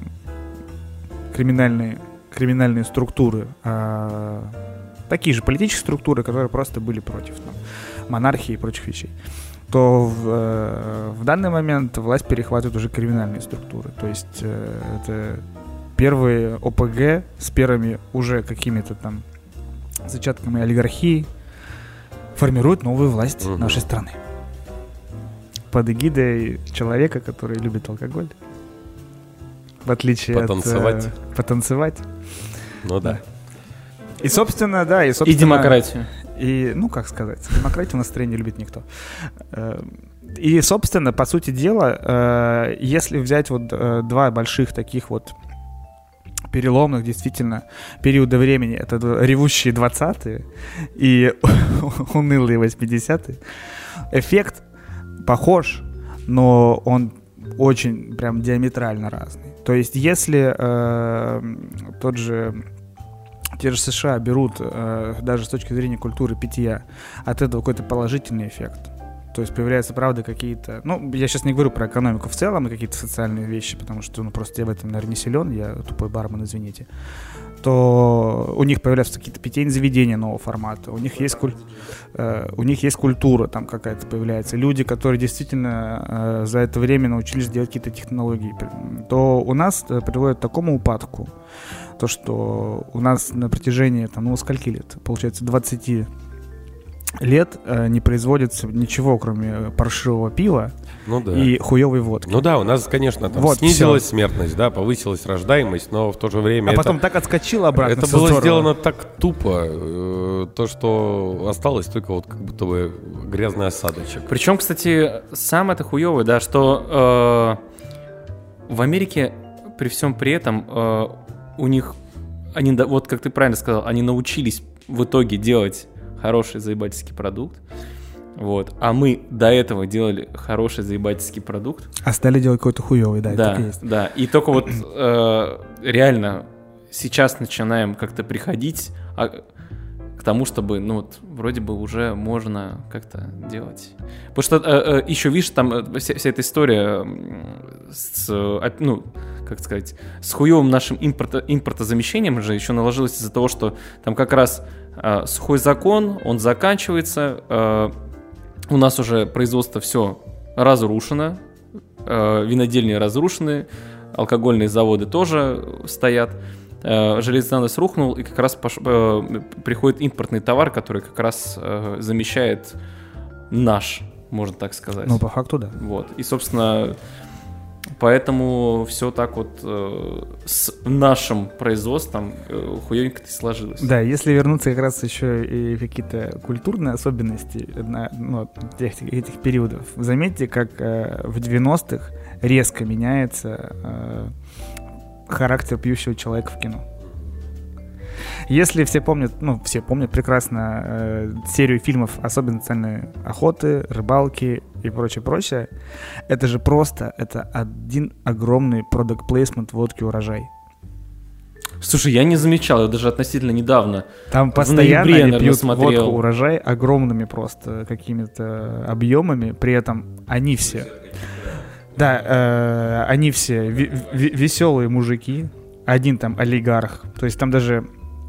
криминальные структуры, а такие же политические структуры, которые просто были против там, монархии и прочих вещей. То в данный момент власть перехватывает уже криминальные структуры. То есть это первые ОПГ с первыми уже какими-то там зачатками олигархии формируют новую власть нашей страны. Под эгидой человека, который любит алкоголь. В отличие Потанцевать. от... Потанцевать. Ну да. И, собственно, да. И демократию. И, ну, как сказать, демократию на стране не любит никто. И, собственно, по сути дела, если взять вот два больших таких вот переломных, действительно, периода времени, это ревущие 20-е и унылые 80-е, эффект похож, но он очень прям диаметрально разный. То есть, если те же США берут, даже с точки зрения культуры питья, от этого какой-то положительный эффект. То есть появляются, правда, какие-то... Ну, я сейчас не говорю про экономику в целом и какие-то социальные вещи, потому что, ну, просто я в этом, наверное, не силен, я тупой бармен, извините. То у них появляются какие-то питейные заведения нового формата, у них есть культура там какая-то появляется, люди, которые действительно за это время научились делать какие-то технологии. То у нас приводит к такому упадку, то, что у нас на протяжении, там, ну, скольки лет? Получается, 20 лет не производится ничего, кроме паршивого пива и хуевой водки. Ну да, у нас, конечно, там вот, снизилась смертность, да, повысилась рождаемость, но в то же время... потом так отскочило обратно. Это было сделано так тупо, то, что осталось только вот как будто бы грязный осадочек. Причем, кстати, самое это хуевое, да, что в Америке при всем при этом у них, вот как ты правильно сказал, они научились в итоге делать хороший заебательский продукт, вот, а мы до этого делали хороший заебательский продукт. А стали делать какой-то хуёвый, да, это так и есть. Да, и только вот реально сейчас начинаем как-то приходить к тому, чтобы, ну вот, вроде бы уже можно как-то делать. Потому что еще, видишь, там вся эта история с, ну, как сказать, с хуевым нашим импортозамещением же еще наложилось из-за того, что там как раз сухой закон, он заканчивается, у нас уже производство все разрушено, винодельни разрушены, алкогольные заводы тоже стоят, железный рухнул, и как раз приходит импортный товар, который как раз замещает наш, можно так сказать. Ну, по факту, да. Вот. И, собственно, поэтому все так вот с нашим производством хуёнько-то сложилось. Да, если вернуться как раз еще и какие-то культурные особенности этих периодов, заметьте, как в 90-х резко меняется характер пьющего человека в кино. Если все помнят прекрасно серию фильмов «Особенно национальной охоты», «Рыбалки» и прочее, это же просто один огромный product placement водки «Урожай». Слушай, я не замечал, я даже относительно недавно. Там постоянно они пьют водку «Урожай» огромными просто какими-то объемами, при этом они все... Да, они все веселые мужики, один там олигарх, то есть там даже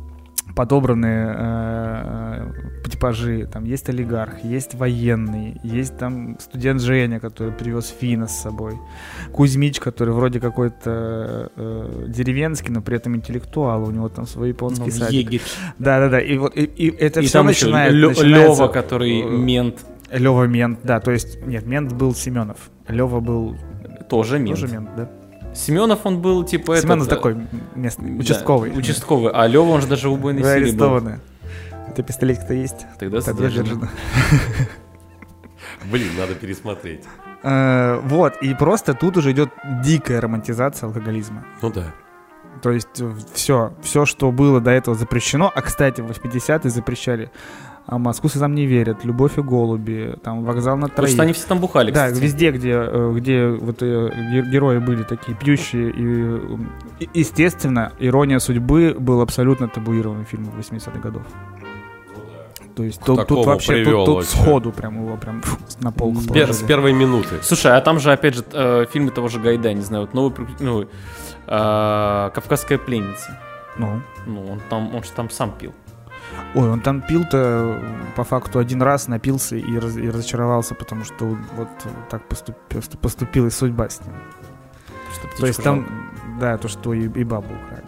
подобраны типажи, там есть олигарх, есть военный, есть там студент Женя, который привез Фина с собой, Кузьмич, который вроде какой-то деревенский, но при этом интеллектуал, у него там свой японский садик. Егерь. Да, и вот и это и все там начинается... Лёва, который мент. Лёва мент, да, то есть, нет, мент был Семенов, Лёва был... Тоже мент, да. Семенов, он был типа... Семенов такой местный, участковый. Да, участковый, а Лёва, он же даже в убойной силе был. Арестованы. Это пистолетик-то есть? Тогда задержано. Блин, надо пересмотреть. Вот, и просто тут уже идет дикая романтизация алкоголизма. Ну да. То есть все, что было до этого запрещено, а, кстати, в 80-е запрещали «Москву слезам не верят», «Любовь и голуби», там «Вокзал на троих». Потому что они все там бухали, да, кстати. Везде, где вот герои были такие пьющие. И, естественно, «Ирония судьбы» был абсолютно табуированный фильм 80-х годов. То есть К тут такому вообще привел тут вообще. сходу прям его прям на полку С положили. первой минуты. Слушай, а там же, опять же, фильмы того же Гайдая, не знаю, вот новый, «Кавказская пленница». Ну. Ну, он же там сам пил. Ой, он там пил-то по факту один раз, напился и разочаровался, потому что вот так поступила и судьба с ним. То есть там, да, то, что и бабу украли.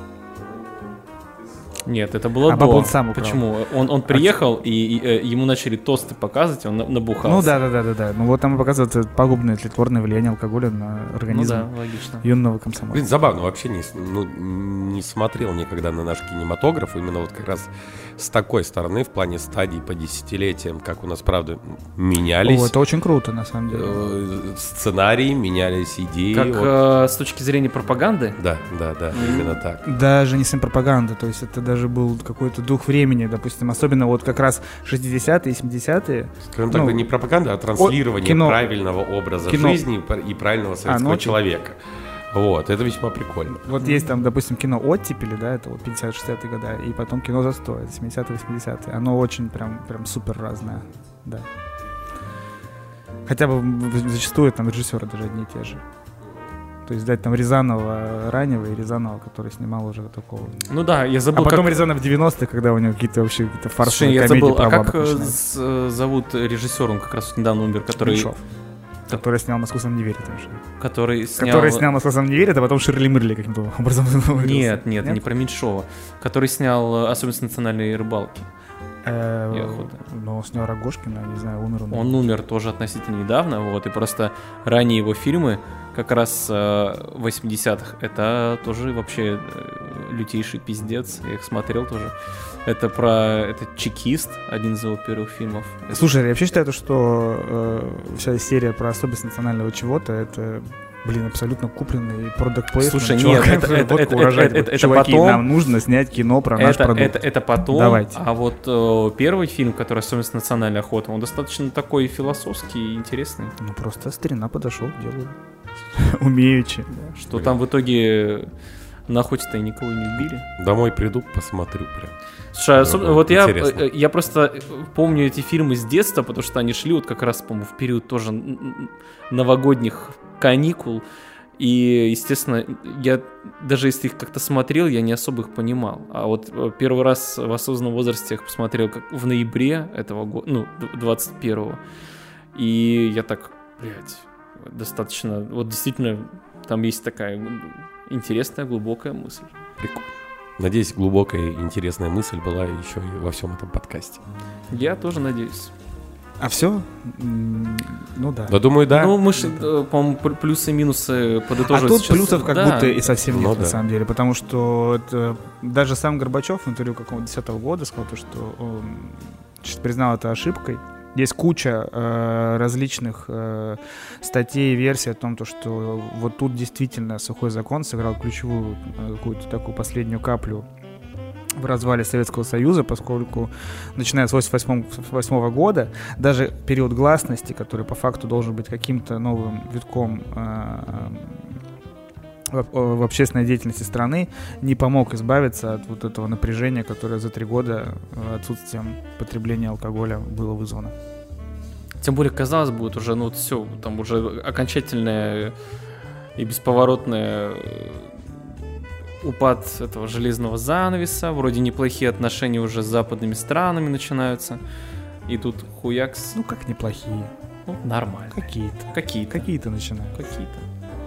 Нет, это было А до. бабу он сам украл. Почему? Он приехал, и ему начали тосты показывать, он набухался. Ну да. Ну вот там и показывается пагубное тлетворное влияние алкоголя на Ну организм да, логично. юного комсомольца. Блин, забавно, вообще не смотрел никогда на наш кинематограф, именно вот как раз с такой стороны, в плане стадий по десятилетиям, как у нас, правда, менялись О, это очень круто, на самом деле. сценарии, менялись идеи. Как вот. с точки зрения пропаганды, Да, именно так. Даже не сам пропаганда, то есть это даже был какой-то дух времени, допустим, особенно вот как раз 60-е и 70-е. Скажем так, Ну, не пропаганда, а транслирование кино. правильного образа Кино. жизни и правильного советского ну, человека. Вот, это весьма прикольно. Вот есть там, допустим, кино «Оттепели», да, это вот 50-60-е годы, и потом кино «Застой», это 70-е, 80-е. Оно очень прям супер разное, да. Хотя бы зачастую там режиссеры даже одни и те же. То есть дать там Рязанова раннего и Рязанова, который снимал уже такого. ну да, я забыл, А потом как... Рязанов в 90-х, когда у него какие-то вообще какие-то Слушай, фарсовые я комедии забыл, про а как бабок начинаются. зовут режиссер, он как раз недавно умер, который... Меньшов, который снял «Москву сам не верит». Который Снял «Москву сам не верит», а потом «Ширли Мырли» каким-то образом вырвался. Нет, не про Меньшова. Который снял «Особенность национальной рыбалки». И охота. Но снял Рогожкина, не знаю, умер он. Он умер тоже относительно недавно, вот, и просто ранее его фильмы, как раз 80-х, это тоже вообще лютейший пиздец, я их смотрел тоже. Это «Чекист», один из его первых фильмов. Слушай, я вообще считаю, то, что вся серия про особенность национального чего-то, это, абсолютно купленный продакт плейсмент. Слушай, нет, это чуваки, потом... нам нужно снять кино про наш продукт. Это потом, Давайте. А вот первый фильм, который «Особенность национальной охоты», он достаточно такой философский и интересный. Ну, просто старина подошел к делу. Умеючи. Что там в итоге на охоте-то и никого не убили. Домой приду, посмотрю прям. Слушай, вот интересно. я просто помню эти фильмы с детства, потому что они шли вот как раз, по-моему, в период тоже новогодних каникул. И, естественно, я даже если их как-то смотрел, я не особо их понимал. А вот первый раз в осознанном возрасте я их посмотрел как в ноябре этого года, 21-го. И я так, достаточно... Вот действительно, там есть такая интересная, глубокая мысль. Прикольно. Надеюсь, глубокая и интересная мысль была еще и во всем этом подкасте. Я тоже надеюсь. А все? Ну да. Да, думаю, да. Ну, мы же, по-моему, плюсы и минусы подытоживать. А тут сейчас. плюсов как Да. будто и совсем нет, Ну на да. самом деле. Потому что даже сам Горбачев в интервью какого-то 2010 года сказал, что он признал это ошибкой. Есть куча различных статей и версий о том, что вот тут действительно сухой закон сыграл ключевую какую-то такую последнюю каплю в развале Советского Союза, поскольку, начиная с 1988 года, даже период гласности, который по факту должен быть каким-то новым витком в общественной деятельности страны, не помог избавиться от вот этого напряжения, которое за 3 года отсутствием потребления алкоголя было вызвано. Тем более, казалось бы, вот уже, все, там уже окончательное и бесповоротное упад этого железного занавеса, вроде неплохие отношения уже с западными странами начинаются, и тут хуякс, Ну, как неплохие. нормально. Какие-то начинают. Какие-то.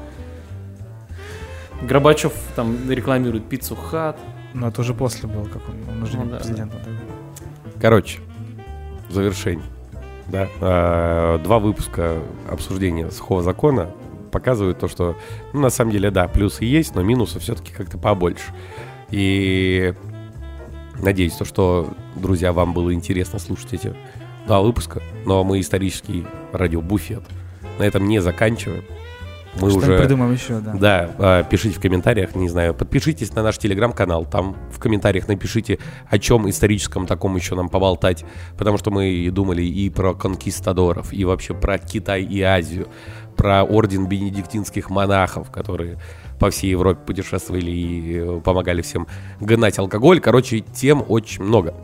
Горбачев там рекламирует пиццу Хат. Но это уже после было, как он уже Ну не да, президент. Короче, в завершение. Да. 2 выпуска обсуждения сухого закона показывают то, что, на самом деле, да, плюсы есть, но минусов все-таки как-то побольше. И надеюсь, что, друзья, вам было интересно слушать эти 2 выпуска. Но мы исторический радиобуфет на этом не заканчиваем. Мы Что-нибудь уже придумаем еще, да. Да, пишите в комментариях, не знаю, подпишитесь на наш телеграм-канал, там в комментариях напишите, о чем историческом таком еще нам поболтать, потому что мы думали и про конкистадоров, и вообще про Китай и Азию, про орден бенедиктинских монахов, которые по всей Европе путешествовали и помогали всем гнать алкоголь. Короче, тем очень много.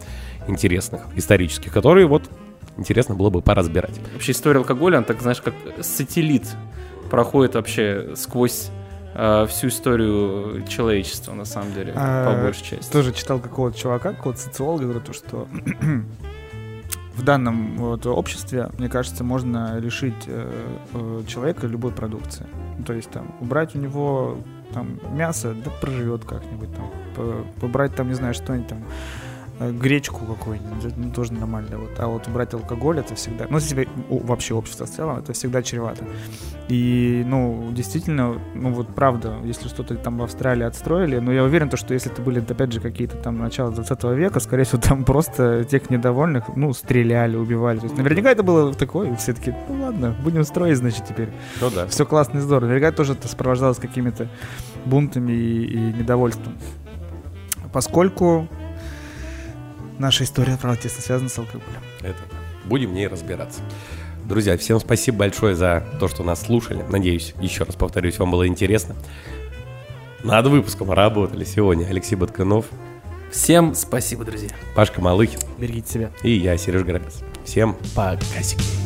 интересных, исторических, которые вот интересно было бы поразбирать. Вообще история алкоголя, она так, знаешь, как сателлит проходит вообще сквозь всю историю человечества, на самом деле, по большей части. Тоже читал какого-то чувака, какого-то социолога, говорит, что в данном вот обществе, мне кажется, можно лишить человека любой продукции. То есть там убрать у него там мясо, да проживет как-нибудь там, побрать там, не знаю, что-нибудь там, гречку какую-нибудь, ну, тоже нормально. Вот. А вот убрать алкоголь, это всегда, ну, если вообще общество в целом, это всегда чревато. И, ну, действительно, ну, вот правда, если что-то там в Австралии отстроили, но я уверен, что если это были, опять же, какие-то там начала 20 века, скорее всего, там просто тех недовольных, ну, стреляли, убивали. То есть наверняка это было такое, и все таки, ну, ладно, будем строить, значит, теперь. Ну да. Все классно и здорово. Наверняка тоже это сопровождалось какими-то бунтами и недовольством. Поскольку наша история, правда, тесно связана с алкоголем. Это будем в ней разбираться. Друзья, всем спасибо большое за то, что нас слушали. Надеюсь, еще раз повторюсь, вам было интересно. Над выпуском работали сегодня Алексей Батканов. Всем спасибо, друзья. Пашка Малыхин. Берегите себя. И я, Сереж Горобец. Всем пока.